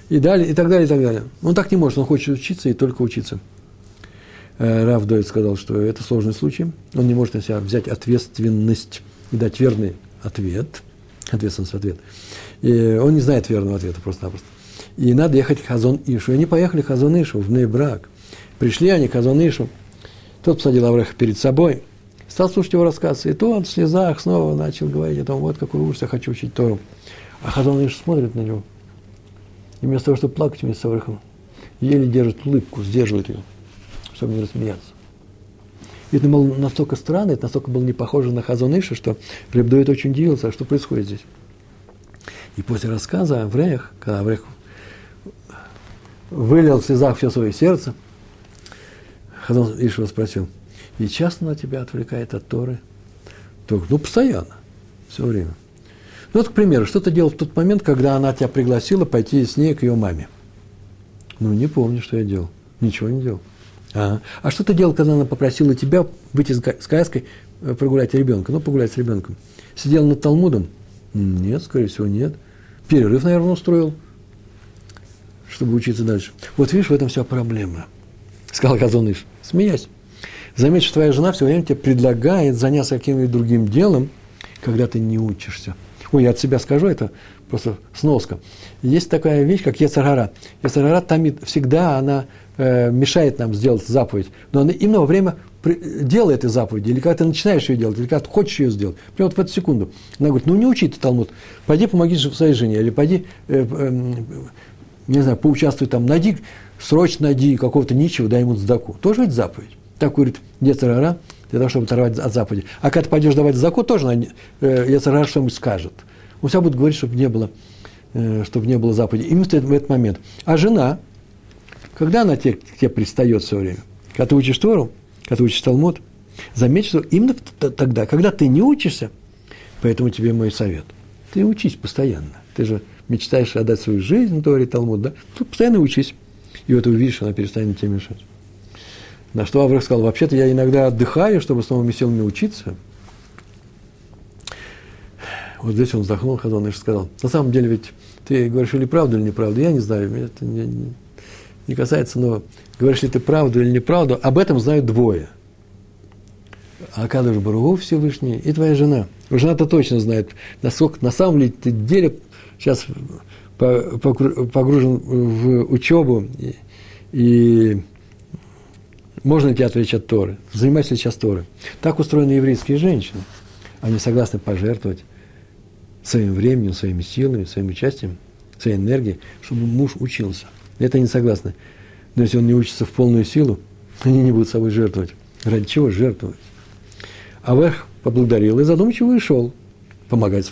Speaker 1: И далее, и так далее, и так далее. Он так не может, он хочет учиться и только учиться. Рав Дойд сказал, что это сложный случай, он не может на себя взять ответственность и дать верный ответ, ответственность ответ. И он не знает верного ответа просто-напросто. И надо ехать к Хазон Ишу. И они поехали к Хазон Ишу в Бней-Брак. Пришли они к Хазон Ишу. Тот посадил Авреха перед собой, стал слушать его рассказ. И то он в слезах снова начал говорить о том, вот какой ужас, я хочу учить Тору. А Хазон Иш смотрит на него. И вместо того, чтобы плакать вместе с Аврехом, еле держит улыбку, сдерживает ее, чтобы не рассмеяться. И это было настолько странно, это настолько было не похоже на Хазон Иша, что Реб Дойд очень удивился, а что происходит здесь. И после рассказа Аврех, когда Аврех вылил в слезах все свое сердце, Хазон Иш его спросил, и часто она тебя отвлекает от Торы? Только, постоянно, все время. Ну, вот, к примеру, что ты делал в тот момент, когда она тебя пригласила пойти с ней к ее маме? Ну, не помню, что я делал. Ничего не делал. А что ты делал, когда она попросила тебя выйти с коляской, прогулять ребенка? Ну, погулять с ребенком. Сидел над Талмудом? Нет, скорее всего, нет. Перерыв, наверное, устроил, чтобы учиться дальше. Вот видишь, в этом вся проблема, сказал Хазон Иш, смеясь. Заметь, что твоя жена все время тебе предлагает заняться каким-нибудь другим делом, когда ты не учишься. Ой, я от себя скажу, это просто сноска. Есть такая вещь, как Йецер гара. Йецер гара томит, всегда она мешает нам сделать заповедь. Но она именно во время дела этой заповеди, или когда ты начинаешь ее делать, или когда ты хочешь ее сделать, прямо вот в эту секунду. Она говорит, ну не учи ты Талмуд, пойди помоги своей жене, или пойди, не знаю, поучаствуй там, срочно найди какого-то нищего, дай ему цдаку. Тоже ведь заповедь. Так говорит Йецер гара, для того, чтобы оторвать от заповеди. А когда ты пойдешь давать заку, тоже Йецер гара что-нибудь скажет. Он всегда будет говорить, чтобы не было заповеди. Именно в этот момент. А жена, когда она к тебе пристает все время, когда ты учишь Тору, когда ты учишь Талмуд, заметь, что именно тогда, когда ты не учишься, поэтому тебе мой совет. Ты учись постоянно. Ты же мечтаешь отдать свою жизнь Торе, Талмуд, да? Ты постоянно учись. И вот увидишь, она перестанет тебе мешать. На что Аврех сказал, вообще-то я иногда отдыхаю, чтобы с новыми силами учиться. Вот здесь он вздохнул, Хазон Иш сказал, на самом деле ведь ты говоришь или правду, или неправду, я не знаю, меня это не касается, но говоришь ли ты правду или неправду, об этом знают двое. Акадош Барух Ху Всевышний и твоя жена. Жена-то точно знает, насколько на самом деле сейчас погружен в учебу, и можно ли тебе отвлечь от Торы, занимайся ли сейчас Торой. Так устроены еврейские женщины. Они согласны пожертвовать своим временем, своими силами, своим участием, своей энергией, чтобы муж учился. Это они согласны. Но если он не учится в полную силу, они не будут собой жертвовать. Ради чего жертвовать? Аврех поблагодарил и задумчиво ушел помогать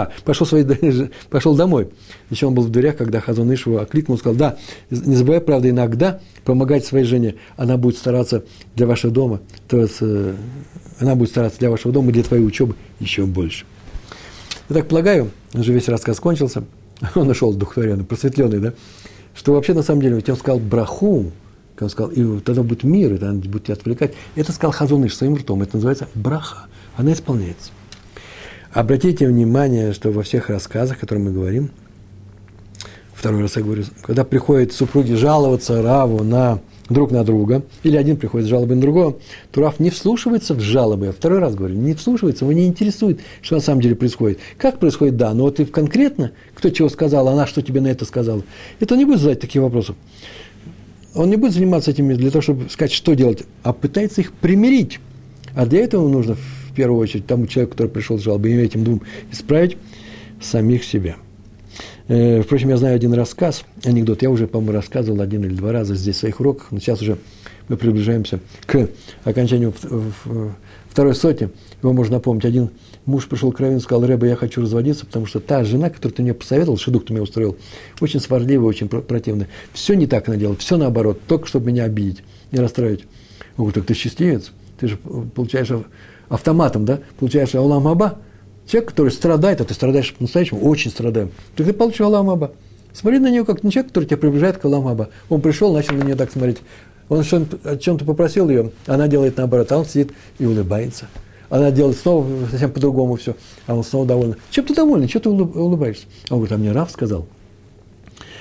Speaker 1: пошел домой. Еще он был в дверях, когда Хазон Иш его окликнул, сказал, да, не забывай, правда, иногда помогать своей жене. Она будет стараться для вашего дома, то есть, она будет стараться для вашего дома и для твоей учебы еще больше. Я так полагаю, уже весь рассказ кончился, он нашел духотворенный, просветленный, да, что вообще на самом деле, ведь он сказал браху, он сказал, и тогда будет мир, и тогда будет тебя отвлекать. Это сказал Хазон Иш своим ртом, это называется браха, она исполняется. Обратите внимание, что во всех рассказах, о которых мы говорим, второй раз я говорю, когда приходят супруги жаловаться Раву друг на друга, или один приходит с жалобой на другого, то Рав не вслушивается в жалобы. Я второй раз говорю, не вслушивается, его не интересует, что на самом деле происходит. Как происходит, да, но вот и конкретно, кто чего сказал, она что тебе на это сказала. Это он не будет задать таких вопросов. Он не будет заниматься этими для того, чтобы сказать, что делать, а пытается их примирить. А для этого нужно, в первую очередь, тому человеку, который пришел с жалобой, и этим двум исправить самих себя. Впрочем, я знаю один рассказ, анекдот, я уже, по-моему, рассказывал 1 или 2 раза здесь в своих уроках, но сейчас уже мы приближаемся к окончанию второй сотни. Его можно напомнить. Один муж пришел к раввину и сказал, Ребе, я хочу разводиться, потому что та жена, которую ты мне посоветовал, шидух ты мне устроил, очень сварливая, очень противная. Все не так она делает, все наоборот, только чтобы меня обидеть, не расстроить. Он говорит, так ты счастливец, ты же получаешь автоматом, да, получаешь Аулам Аба. Человек, который страдает, а ты страдаешь по-настоящему, очень страдаю, так ты получишь Аулам Аба. Смотри на нее, как на человека, который тебя приближает к Аулам Аба. Он пришел, начал на нее так смотреть. Он о чем-то попросил ее, она делает наоборот, а он сидит и улыбается. Она делает снова совсем по-другому все, а он снова доволен. Чем ты доволен, чего ты улыбаешься? Он говорит, а мне Рав сказал,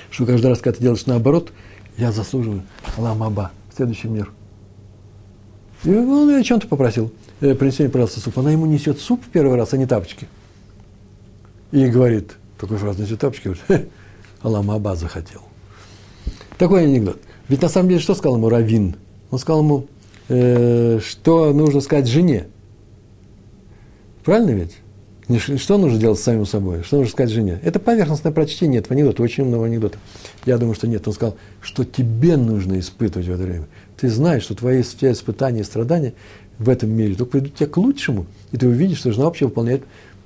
Speaker 1: что каждый раз, когда ты делаешь наоборот, я заслуживаю Алам Аба, следующий мир. И он о чем-то попросил. Принеси мне, пожалуйста, суп. Она ему несет суп в первый раз, а не тапочки. И говорит, такой фразу несет тапочки, говорит, Алам Аба захотел. Такой анекдот. Ведь на самом деле, что сказал ему раввин? Он сказал ему, что нужно сказать жене. Правильно ведь? Что нужно делать с самим собой? Что нужно сказать жене? Это поверхностное прочтение этого анекдота, очень умного анекдота. Я думаю, что нет. Он сказал, что тебе нужно испытывать в это время. Ты знаешь, что твои испытания и страдания в этом мире только придут тебе к лучшему, и ты увидишь, что жена вообще выполняет,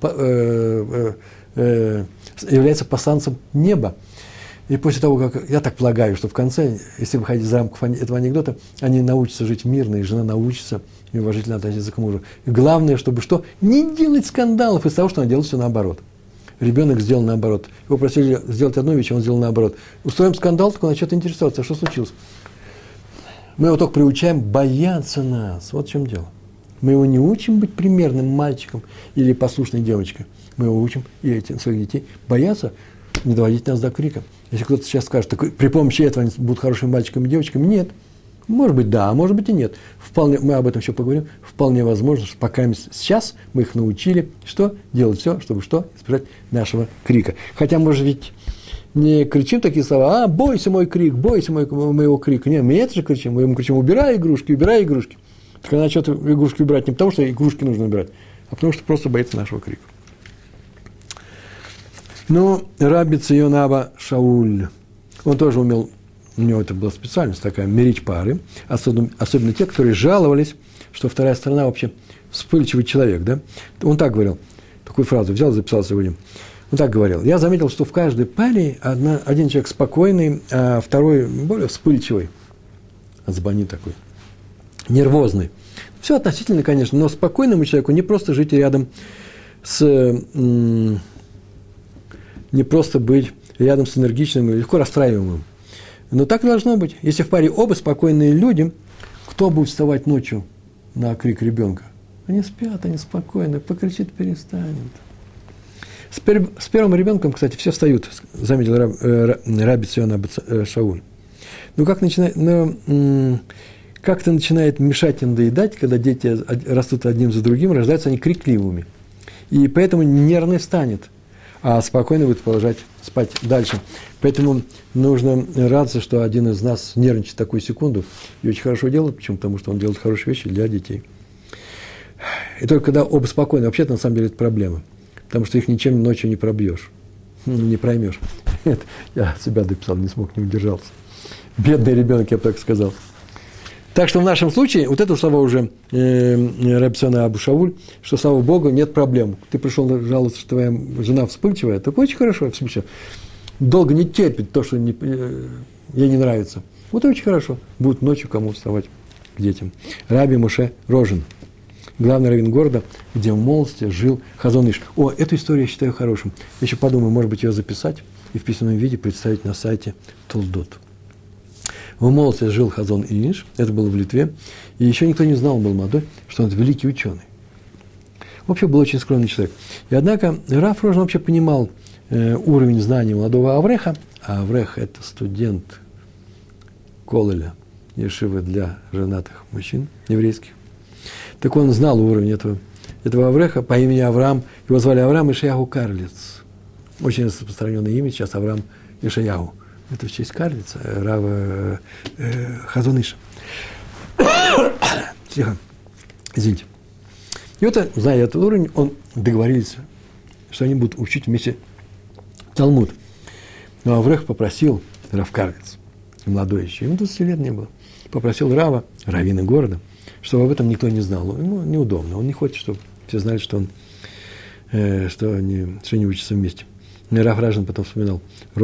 Speaker 1: является посланцем неба. И после того, как, я так полагаю, что в конце, если выходить за рамков этого анекдота, они научатся жить мирно, и жена научится и уважительно относиться к мужу. И главное, чтобы что? Не делать скандалов из того, что она делает все наоборот. Ребенок сделал наоборот. Его просили сделать одну вещь, а он сделал наоборот. Устроим скандал, только он начнет интересоваться, а что случилось. Мы его только приучаем бояться нас. Вот в чем дело. Мы его не учим быть примерным мальчиком или послушной девочкой. Мы его учим, и этих своих детей, бояться, не доводить нас до крика. Если кто-то сейчас скажет, так при помощи этого они будут хорошими мальчиками и девочками, нет. Может быть, да, а может быть и нет. Вполне, мы об этом еще поговорим. Вполне возможно, что пока сейчас мы их научили, что делать все, чтобы что? Избежать нашего крика. Хотя, может быть, не кричим такие слова, бойся мой крик, бойся моего крика. Нет, мы это же кричим, мы ему кричим, убирай игрушки. Так она что-то игрушки убирать не потому, что игрушки нужно убирать, а потому что просто боится нашего крика. Ну, Раби Цион Аба Шауль, он тоже умел, у него это была специальность такая, мирить пары, особенно те, которые жаловались, что вторая сторона вообще вспыльчивый человек, да? Он так говорил, такую фразу взял, записал сегодня. Он так говорил, я заметил, что в каждой паре один человек спокойный, а второй более вспыльчивый, азбани такой, нервозный. Все относительно, конечно, но спокойному человеку не просто жить рядом не просто быть рядом с энергичным и легко расстраиваемым. Но так должно быть. Если в паре оба спокойные люди, кто будет вставать ночью на крик ребенка? Они спят, они спокойны, покричит, перестанет. С первым ребенком, кстати, все встают, заметил Раби Цион Аба Шауль. Ну, как-то начинает мешать и надоедать, когда дети растут одним за другим, рождаются они крикливыми. И поэтому нервный станет, а спокойно будет продолжать спать дальше. Поэтому нужно радоваться, что один из нас нервничает такую секунду и очень хорошо делает. Почему? Потому что он делает хорошие вещи для детей. И только когда оба спокойны, вообще-то на самом деле это проблема. Потому что их ничем ночью не пробьешь, не проймешь. Это я себя дописал, не смог, не удержался. Бедный ребенок, я бы так сказал. Так что в нашем случае, вот это слова уже Раби Цион Аба Шауль, что, слава Богу, нет проблем. Ты пришел жаловаться, что твоя жена вспыльчивая, так очень хорошо, в смысле, долго не терпит то, что ей не нравится. Вот очень хорошо, будет ночью кому вставать к детям. Раби Моше Рожен, главный раввин города, где в молодости жил Хазон Иш. Эту историю я считаю хорошим. Я еще подумаю, может быть, ее записать и в письменном виде представить на сайте Толдот. В молодости жил Хазон Иш, это было в Литве, и еще никто не знал, он был молодой, что он великий ученый. Вообще был очень скромный человек. И однако Рав Рожен вообще понимал уровень знаний молодого Авреха, а Аврех – это студент Колеля, ешивы для женатых мужчин еврейских. Так он знал уровень этого Авреха по имени Авраам, его звали Авраам Ишаяху Карлиц. Очень распространенное имя сейчас Авраам Ишаяху. Это в честь Карлица, Рава Хазон Иша. Тихо. Извините. И вот, зная этот уровень, он договорились, что они будут учить вместе Талмуд. Но Аврех попросил, Рав Карлиц, молодой еще, ему 20 лет не было, попросил Рава, раввина города, чтобы об этом никто не знал. Ему неудобно, он не хочет, чтобы все знали, что они учатся вместе. И Рав Рожен потом вспоминал,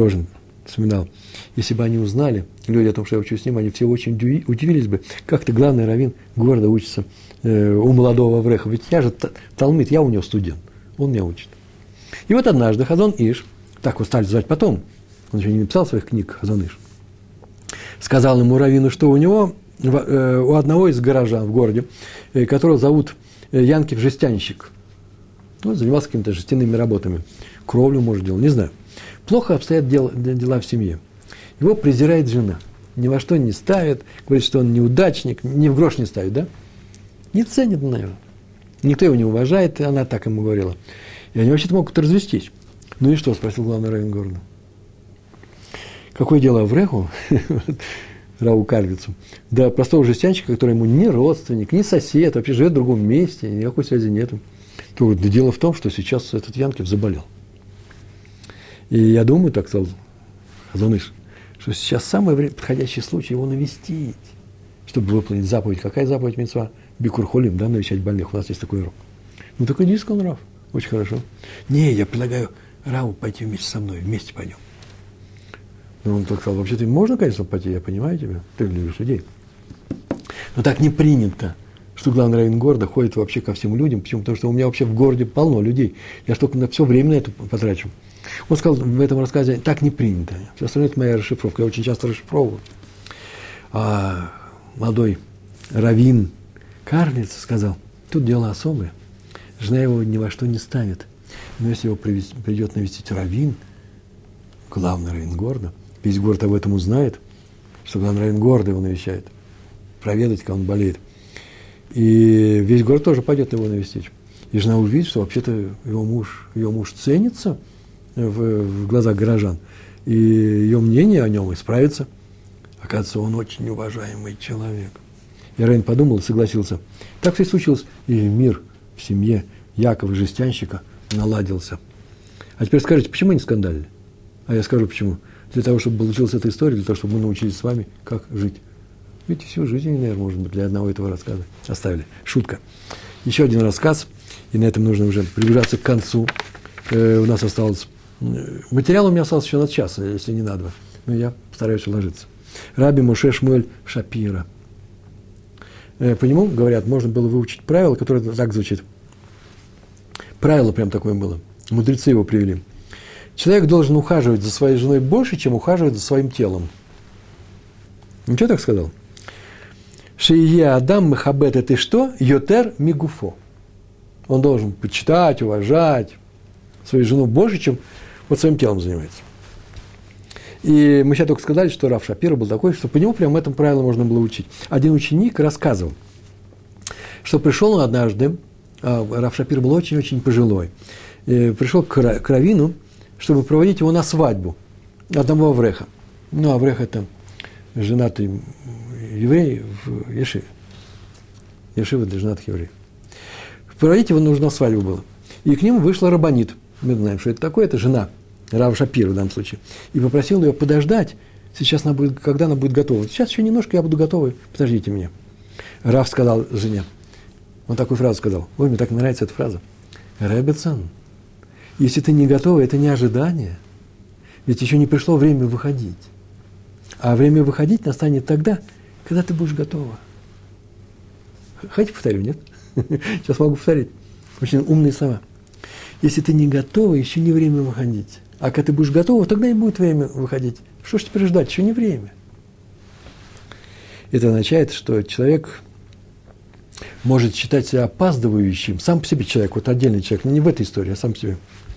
Speaker 1: если бы они узнали, люди о том, что я учусь с ним, они все очень удивились бы, как-то главный раввин города учится у молодого Авреха. Ведь я же талмид, я у него студент, он меня учит. И вот однажды Хазон Иш, так его стали звать потом, он еще не написал своих книг, Хазон Иш, сказал ему раввину, что у него, у одного из горожан в городе, которого зовут Янкив Жестянщик, он занимался какими-то жестяными работами, кровлю, может, делал, не знаю. Плохо обстоят дела в семье. Его презирает жена. Ни во что не ставит, говорит, что он неудачник, ни в грош не ставит, да? Не ценит, наверное. Никто его не уважает, и она так ему говорила. И они вообще-то могут развестись. Ну и что, спросил главный раввин города. Какое дело Авреху, Раву Карлицу, да простого жестянщика, который ему не родственник, не сосед, вообще живет в другом месте, никакой связи нету. То говорит, да дело в том, что сейчас этот Янкев заболел. И я думаю, так сказал Хазон Иш, что сейчас самый подходящий случай его навестить, чтобы выполнить заповедь. Какая заповедь мицва? Бикур холим, да, навещать больных. У нас есть такой урок. Ну, так иди, сказал Рав. Очень хорошо. Не, я предлагаю Раву пойти вместе со мной, вместе пойдем. Ну, он так сказал, вообще-то можно, конечно, пойти, я понимаю тебя, ты любишь людей. Но так не принято, что главный раввин города ходит вообще ко всем людям. Почему? Потому что у меня вообще в городе полно людей. Я только на все время на это потрачу. Он сказал в этом рассказе, так не принято. Все остальное – это моя расшифровка. Я очень часто расшифровываю. А молодой раввин Карлиц сказал, тут дело особое. Жена его ни во что не ставит. Но если его придет навестить раввин, главный раввин города, весь город об этом узнает, что главный раввин города его навещает, проведать, как он болеет. И весь город тоже пойдет его навестить. И жена увидит, что вообще-то ее муж ценится в глазах горожан, и ее мнение о нем исправится. Оказывается, он очень уважаемый человек. И раввин подумал и согласился. Так все и случилось, и мир в семье Якова жестянщика наладился. А теперь скажите, почему не скандалили? А я скажу, почему. Для того, чтобы получилась эта история, для того, чтобы мы научились с вами, как жить. Ведь всю жизнь, наверное, может быть, для одного этого рассказа оставили. Шутка. Еще один рассказ, и на этом нужно уже приближаться к концу. У нас осталось... Материал у меня остался еще на час, если не на два. Но я постараюсь уложиться. Раби Моше Шмуэль Шапира. По нему, говорят, можно было выучить правило, которое так звучит. Правило прям такое было. Мудрецы его привели. Человек должен ухаживать за своей женой больше, чем ухаживать за своим телом. Ничего так сказал? Шия Адам Махабет, это что? Йотер Мигуфо. Он должен почитать, уважать свою жену больше, чем вот своим телом занимается. И мы сейчас только сказали, что Рав Шапира был такой, что по нему прямо этом правилу можно было учить. Один ученик рассказывал, что пришел он однажды, Рав Шапир был очень-очень пожилой, пришел к раввину, чтобы проводить его на свадьбу одного авреха. Ну, аврех – это женатый еврей в Ешиве. Ешива для женатых евреев. Проводить его нужно на свадьбу было. И к нему вышла рабанит. Мы знаем, что это такое. Это жена Рава Шапира в данном случае. И попросил ее подождать. Сейчас она будет, когда она будет готова. Сейчас еще немножко, я буду готова. Подождите меня. Рав сказал жене. Он такую фразу сказал. Ой, мне так нравится эта фраза. Ребецан, если ты не готова, это не ожидание. Ведь еще не пришло время выходить. А время выходить настанет тогда, когда ты будешь готова. Хотите повторю, нет? Сейчас могу повторить. Очень умные слова. Если ты не готова, еще не время выходить. А когда ты будешь готова, тогда и будет время выходить. Что ж теперь ждать? Еще не время. Это означает, что человек может считать себя опаздывающим. Сам по себе человек, вот отдельный человек, не в этой истории, а сам по себе.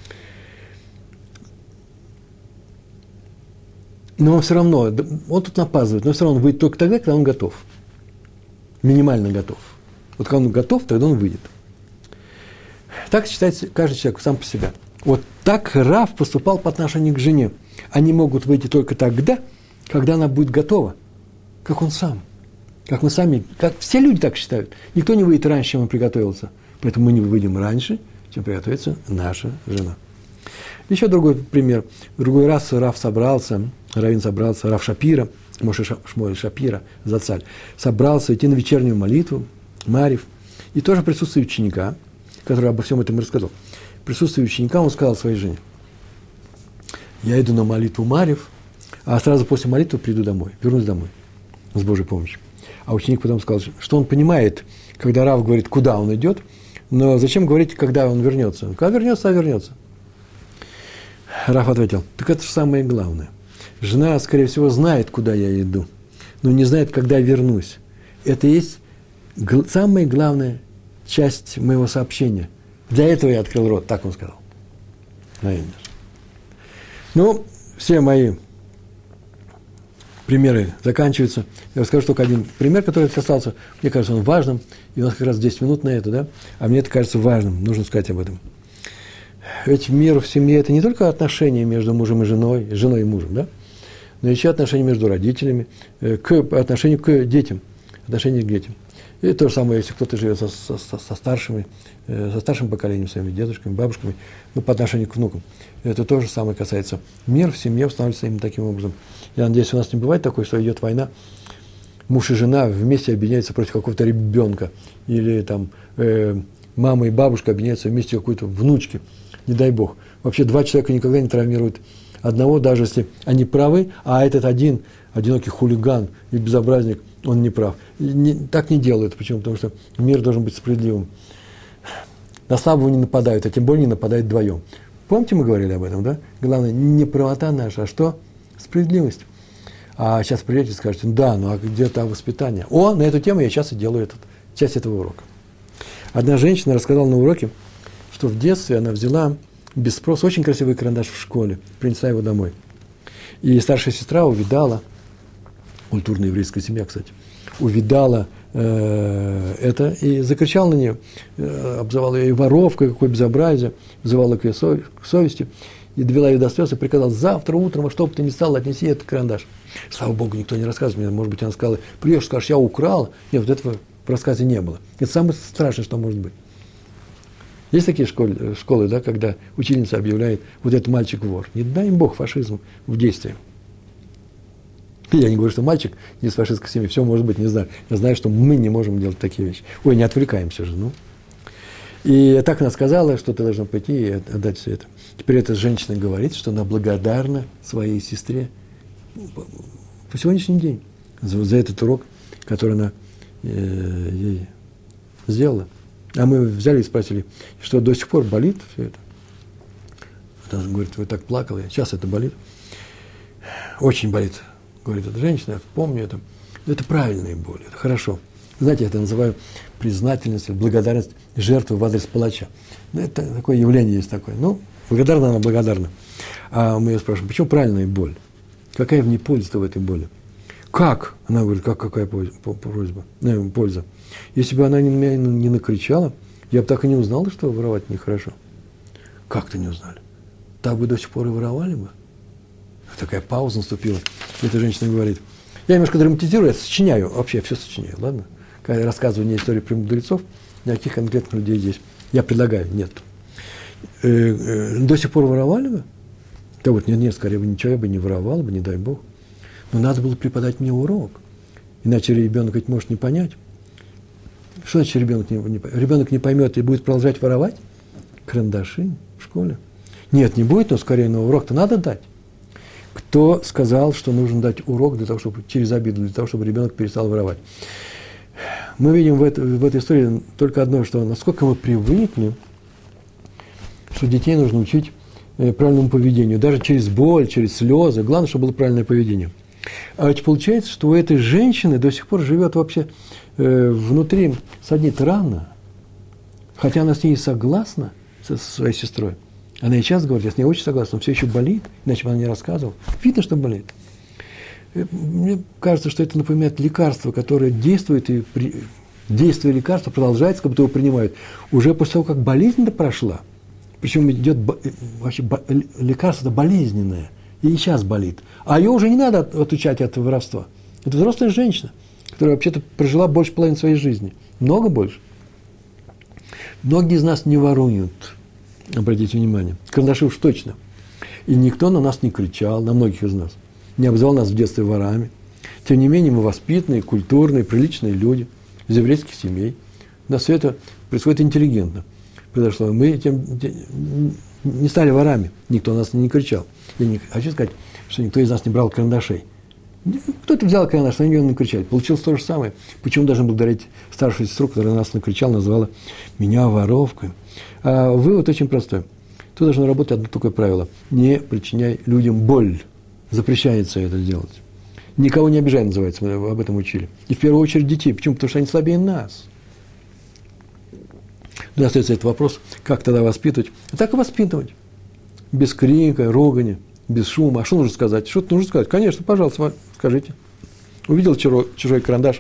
Speaker 1: Но он все равно, он тут опаздывает, но все равно он выйдет только тогда, когда он готов. Минимально готов. Вот когда он готов, тогда он выйдет. Так считается каждый человек сам по себе. Вот так Рав поступал по отношению к жене. Они могут выйти только тогда, когда она будет готова, как он сам. Как мы сами, как все люди так считают. Никто не выйдет раньше, чем он приготовился. Поэтому мы не выйдем раньше, чем приготовится наша жена. Еще другой пример. В другой раз Рав Шапира, Моше Шмуэль Шапира, Зацаль, собрался идти на вечернюю молитву, Марив, и тоже в присутствии ученика, который обо всем этом рассказал. В присутствии ученика он сказал своей жене: я иду на молитву Марив, а сразу после молитвы приду домой, вернусь домой с Божьей помощью. А ученик потом сказал, что он понимает, когда Рав говорит, куда он идет, но зачем говорить, когда он вернется? Когда вернется, а вернется. Рав ответил: так это же самое главное. Жена, скорее всего, знает, куда я иду, но не знает, когда я вернусь. Это и есть самая главная часть моего сообщения. Для этого я открыл рот, так он сказал. Ну, все мои примеры заканчиваются. Я расскажу только один пример, который остался. Мне кажется, он важным. И у нас как раз 10 минут на это, да? А мне это кажется важным. Нужно сказать об этом. Ведь мир в семье – это не только отношения между мужем и женой и мужем, да? Но еще отношения между родителями, отношения к детям. Отношения к детям. И то же самое, если кто-то живет со старшим поколением, своими дедушками, бабушками, по отношению к внукам. Это то же самое касается. Мир в семье устанавливается именно таким образом. Я надеюсь, у нас не бывает такое, что идет война, муж и жена вместе объединяются против какого-то ребенка, или там мама и бабушка объединяются вместе какой-то внучки, не дай бог. Вообще два человека никогда не травмируют одного, даже если они правы, а этот один, одинокий хулиган и безобразник, он не прав. Так не делают. Почему? Потому что мир должен быть справедливым. На слабого не нападают, а тем более не нападают вдвоем. Помните, мы говорили об этом, да? Главное, не правота наша, а что? Справедливость. А сейчас придете и скажете, да, ну а где-то воспитание. На эту тему я сейчас и делаю часть этого урока. Одна женщина рассказала на уроке, что в детстве она взяла без спроса очень красивый карандаш в школе, принесла его домой. И старшая сестра увидала, культурная еврейская семья, кстати, увидала это и закричала на нее, обзывала ее воровкой, какое безобразие, взывала к ее совести, и довела ее до слез и приказала, завтра утром, во что бы ты ни стал, отнеси этот карандаш. Слава Богу, никто не рассказывает мне, может быть, она сказала, придешь, скажешь, я украла. Нет, вот этого в рассказе не было. Это самое страшное, что может быть. Есть такие школы, да, когда учительница объявляет, вот этот мальчик вор. Не дай им Бог фашизм в действии. Я не говорю, что мальчик не из фашистской семьи, все может быть, не знаю. Я знаю, что мы не можем делать такие вещи. Не отвлекаемся же, И так она сказала, что ты должна пойти и отдать все это. Теперь эта женщина говорит, что она благодарна своей сестре по сегодняшний день за этот урок, который она ей сделала. А мы взяли и спросили, что до сих пор болит все это. Она говорит, вы так плакала, сейчас это болит. Очень болит, говорит эта женщина, я помню это. Это правильная боль, это хорошо. Знаете, я это называю признательность, благодарность жертвы в адрес палача. Это такое явление есть такое. Благодарна она, благодарна. А мы ее спрашиваем, почему правильная боль? Какая в ней польза в этой боли? Как? Она говорит, какая польза? Если бы она меня не накричала, я бы так и не узнала, что воровать нехорошо. Как-то не узнали? Так бы до сих пор и воровали бы. Такая пауза наступила. И эта женщина говорит, я немножко драматизирую, я сочиняю, вообще я все сочиняю, ладно? Когда я рассказываю не историю премудрецов, никаких конкретных людей здесь. Я предлагаю, нет. До сих пор воровали бы? Да вот, нет, скорее бы ничего я бы не воровал бы, не дай Бог. Но надо было преподать мне урок. Иначе ребенок ведь может не понять. Что значит ребенок не поймет? Ребенок не поймет и будет продолжать воровать карандаши в школе? Нет, не будет, но скорее на урок-то надо дать. Кто сказал, что нужно дать урок для того, чтобы через обиду, для того, чтобы ребенок перестал воровать? Мы видим в этой истории только одно, что насколько мы привыкли, что детей нужно учить правильному поведению, даже через боль, через слезы. Главное, чтобы было правильное поведение. А ведь получается, что у этой женщины до сих пор живет вообще внутри саднит рана, хотя она с ней согласна, со своей сестрой. Она и сейчас говорит, я с ней очень согласна, но все еще болит, иначе бы она не рассказывала. Видно, что болит. Мне кажется, что это напоминает лекарство, которое действует, и действие лекарства продолжается, как будто его принимают. Уже после того, как болезнь-то прошла, причем идет вообще лекарство болезненное, и сейчас болит. А ее уже не надо отучать от воровства. Это взрослая женщина, которая вообще-то прожила больше половины своей жизни. Много больше. Многие из нас не воруют, обратите внимание. Карандаши уж точно. И никто на нас не кричал, на многих из нас. Не обзывал нас в детстве ворами. Тем не менее, мы воспитанные, культурные, приличные люди из еврейских семей. У нас все это происходит интеллигентно. Произошло. Мы не стали ворами. Никто на нас не кричал. Я не хочу сказать, что никто из нас не брал карандашей. Кто-то взял карандаш, на него накричали. Получилось то же самое. Почему должен благодарить старшую сестру, которая нас накричала, назвала меня воровкой? А вывод очень простой. Тут должно работать одно такое правило. Не причиняй людям боль. Запрещается это делать. Никого не обижай, называется, мы об этом учили. И в первую очередь детей. Почему? Потому что они слабее нас. Но остается этот вопрос, как тогда воспитывать? А так и воспитывать. Без крика, ругани, без шума. А что нужно сказать? Что-то нужно сказать. Конечно, пожалуйста, скажите. Увидел чужой карандаш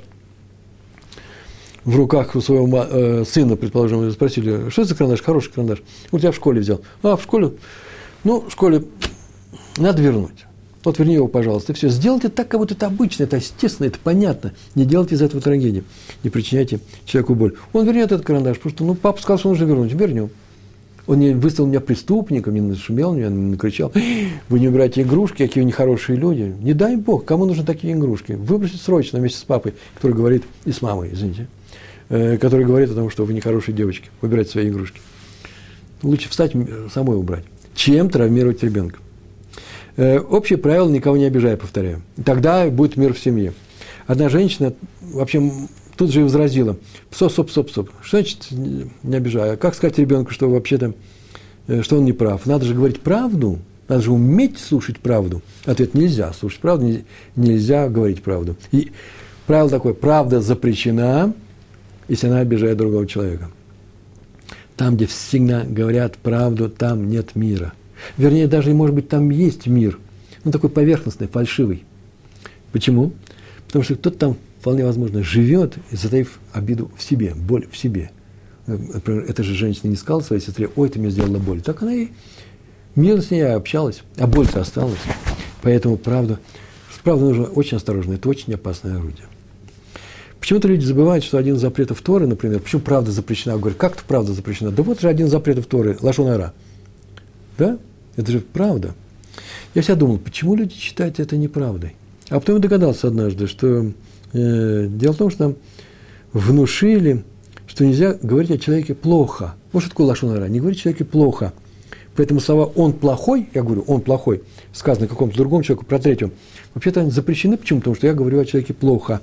Speaker 1: в руках у своего сына, предположим, спросили, что это за карандаш? Хороший карандаш. Вот я в школе взял. А, в школе? Ну, в школе надо вернуть. Вот верни его, пожалуйста, и все. Сделайте так, как будто это обычно, это естественно, это понятно. Не делайте из этого трагедии. Не причиняйте человеку боль. Он вернет этот карандаш, потому что, папа сказал, что нужно вернуть. Вернем. Он не выставил меня преступником, не нашумел меня, не накричал. Вы не убираете игрушки, какие вы нехорошие люди. Не дай Бог, кому нужны такие игрушки? Выбросить срочно вместе с папой, который говорит, и с мамой, извините, который говорит о том, что вы нехорошие девочки. Выбирайте свои игрушки. Лучше встать, самой убрать, чем травмировать ребенка. Общее правило – никого не обижай, повторяю. Тогда будет мир в семье. Одна женщина, вообще, тут же и возразила. Стоп. Что значит не обижаю? Как сказать ребенку, что вообще-то, что он не прав? Надо же говорить правду. Надо же уметь слушать правду. Ответ – нельзя слушать правду, нельзя говорить правду. И правило такое – правда запрещена, если она обижает другого человека. Там, где всегда говорят правду, там нет мира. Вернее, даже, может быть, там есть мир, но такой поверхностный, фальшивый. Почему? Потому что кто-то там, вполне возможно, живет, затаив обиду в себе, боль в себе. Например, эта же женщина не сказала своей сестре, ой, ты мне сделала боль. Так она и мирно с ней общалась, а боль-то осталась. Поэтому с правдой нужно очень осторожно, это очень опасное орудие. Почему-то люди забывают, что один из запретов Торы, например, почему правда запрещена? Говорят, как это правда запрещена? Да вот же один из запретов Торы, лашон ара. Да? Это же правда. Я всегда думал, почему люди считают это неправдой? А потом я догадался однажды, что дело в том, что нам внушили, что нельзя говорить о человеке плохо. Вот что такое лашон ара? Не говорить о человеке плохо. Поэтому слова «он плохой», я говорю «он плохой», сказано какому-то другому человеку, про третьего, вообще-то они запрещены. Почему? Потому что я говорю о человеке плохо.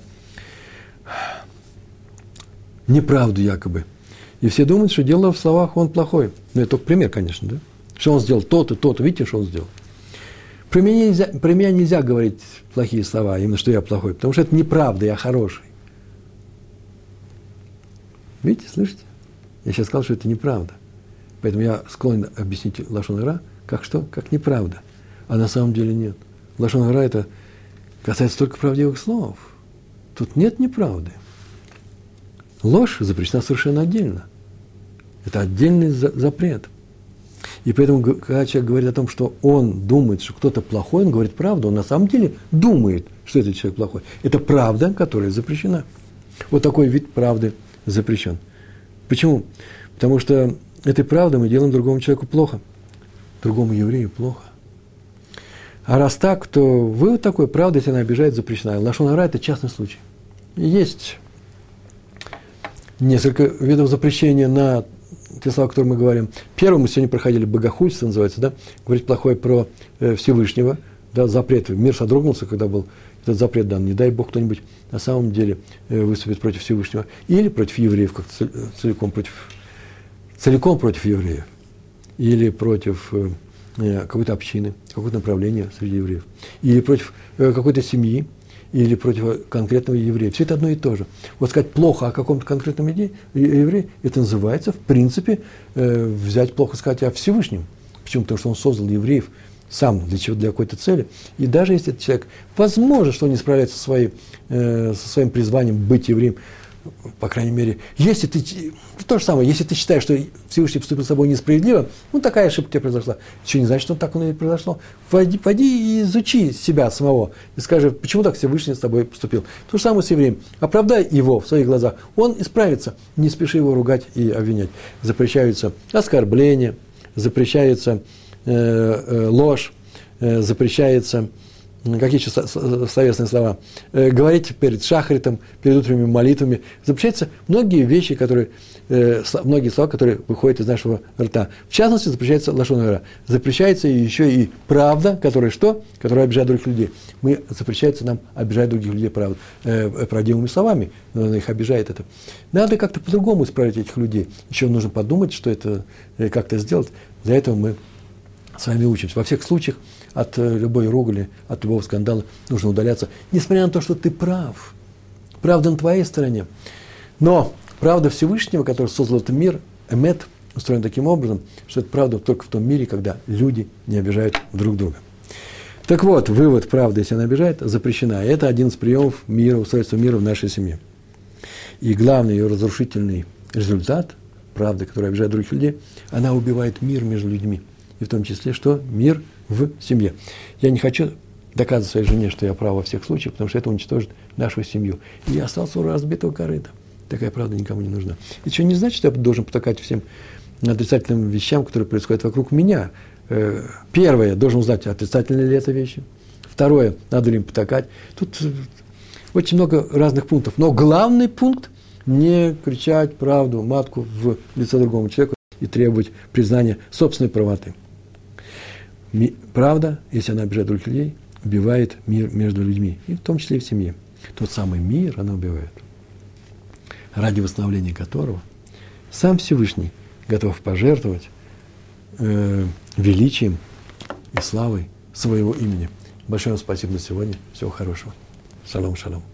Speaker 1: Неправду якобы. И все думают, что дело в словах «он плохой». Ну, это только пример, конечно, да? Что он сделал то-то, то-то. Видите, что он сделал? Про меня нельзя говорить плохие слова, именно что я плохой, потому что это неправда, я хороший. Видите, слышите? Я сейчас сказал, что это неправда. Поэтому я склонен объяснить лашон ара как что? Как неправда. А на самом деле нет. Лашон ара это касается только правдивых слов. Тут нет неправды. Ложь запрещена совершенно отдельно. Это отдельный запрет. И поэтому, когда человек говорит о том, что он думает, что кто-то плохой, он говорит правду, он на самом деле думает, что этот человек плохой. Это правда, которая запрещена. Вот такой вид правды запрещен. Почему? Потому что этой правдой мы делаем другому человеку плохо, другому еврею плохо. А раз так, то вывод такой, правда, если она обижает, запрещена. Лашон ара – это частный случай. Есть несколько видов запрещения на те слова, о которых мы говорим. Первым мы сегодня проходили богохульство, называется, да, говорить плохое про Всевышнего, да, запрет. Мир содрогнулся, когда был этот запрет дан. Не дай Бог кто-нибудь на самом деле выступит против Всевышнего или против евреев, как целиком против евреев, или против какой-то общины, какого-то направления среди евреев, или против какой-то семьи, или против конкретного еврея. Все это одно и то же. Вот сказать плохо о каком-то конкретном еврее, это называется, в принципе, взять плохо сказать о Всевышнем. Почему? Потому что он создал евреев сам для какой-то цели. И даже если этот человек, возможно, что он не справляется со своим призванием быть евреем, по крайней мере, если ты, то же самое, если ты считаешь, что Всевышний поступил с собой несправедливо, ну, такая ошибка у тебя произошла, еще не значит, что так оно и произошло. Пойди и изучи себя самого, и скажи, почему так Всевышний с тобой поступил. То же самое с евреем. Оправдай его в своих глазах, он исправится, не спеши его ругать и обвинять. Запрещаются оскорбления, запрещается ложь, запрещается... Какие еще словесные слова? Говорить перед шахритом, перед утренними молитвами. Запрещаются многие вещи, многие слова, которые выходят из нашего рта. В частности, запрещается лашон ара. Запрещается еще и правда, которая что? Которая обижает других людей. Запрещается нам обижать других людей правдивыми словами, но их обижает это. Надо как-то по-другому исправить этих людей. Еще нужно подумать, что это, как это сделать. Для этого мы с вами учимся. Во всех случаях от любой ругали, от любого скандала нужно удаляться, несмотря на то, что ты прав. Правда на твоей стороне. Но правда Всевышнего, который создал этот мир, эмет, устроен таким образом, что это правда только в том мире, когда люди не обижают друг друга. Так вот, вывод: правда, если она обижает, запрещена. И это один из приемов мира, устройства мира в нашей семье. И главный ее разрушительный результат, правда, которая обижает других людей, она убивает мир между людьми. И в том числе, что мир в семье. Я не хочу доказывать своей жене, что я прав во всех случаях, потому что это уничтожит нашу семью. И я остался у разбитого корыта. Такая правда никому не нужна. Это еще не значит, что я должен потакать всем отрицательным вещам, которые происходят вокруг меня. Первое, должен узнать, отрицательные ли это вещи. Второе, надо ли им потакать. Тут очень много разных пунктов. Но главный пункт – не кричать правду матку в лицо другому человеку и требовать признания собственной правоты. Правда, если она обижает других людей, убивает мир между людьми, и в том числе и в семье. Тот самый мир она убивает, ради восстановления которого сам Всевышний готов пожертвовать величием и славой своего имени. Большое вам спасибо на сегодня. Всего хорошего. Шалом, шалом.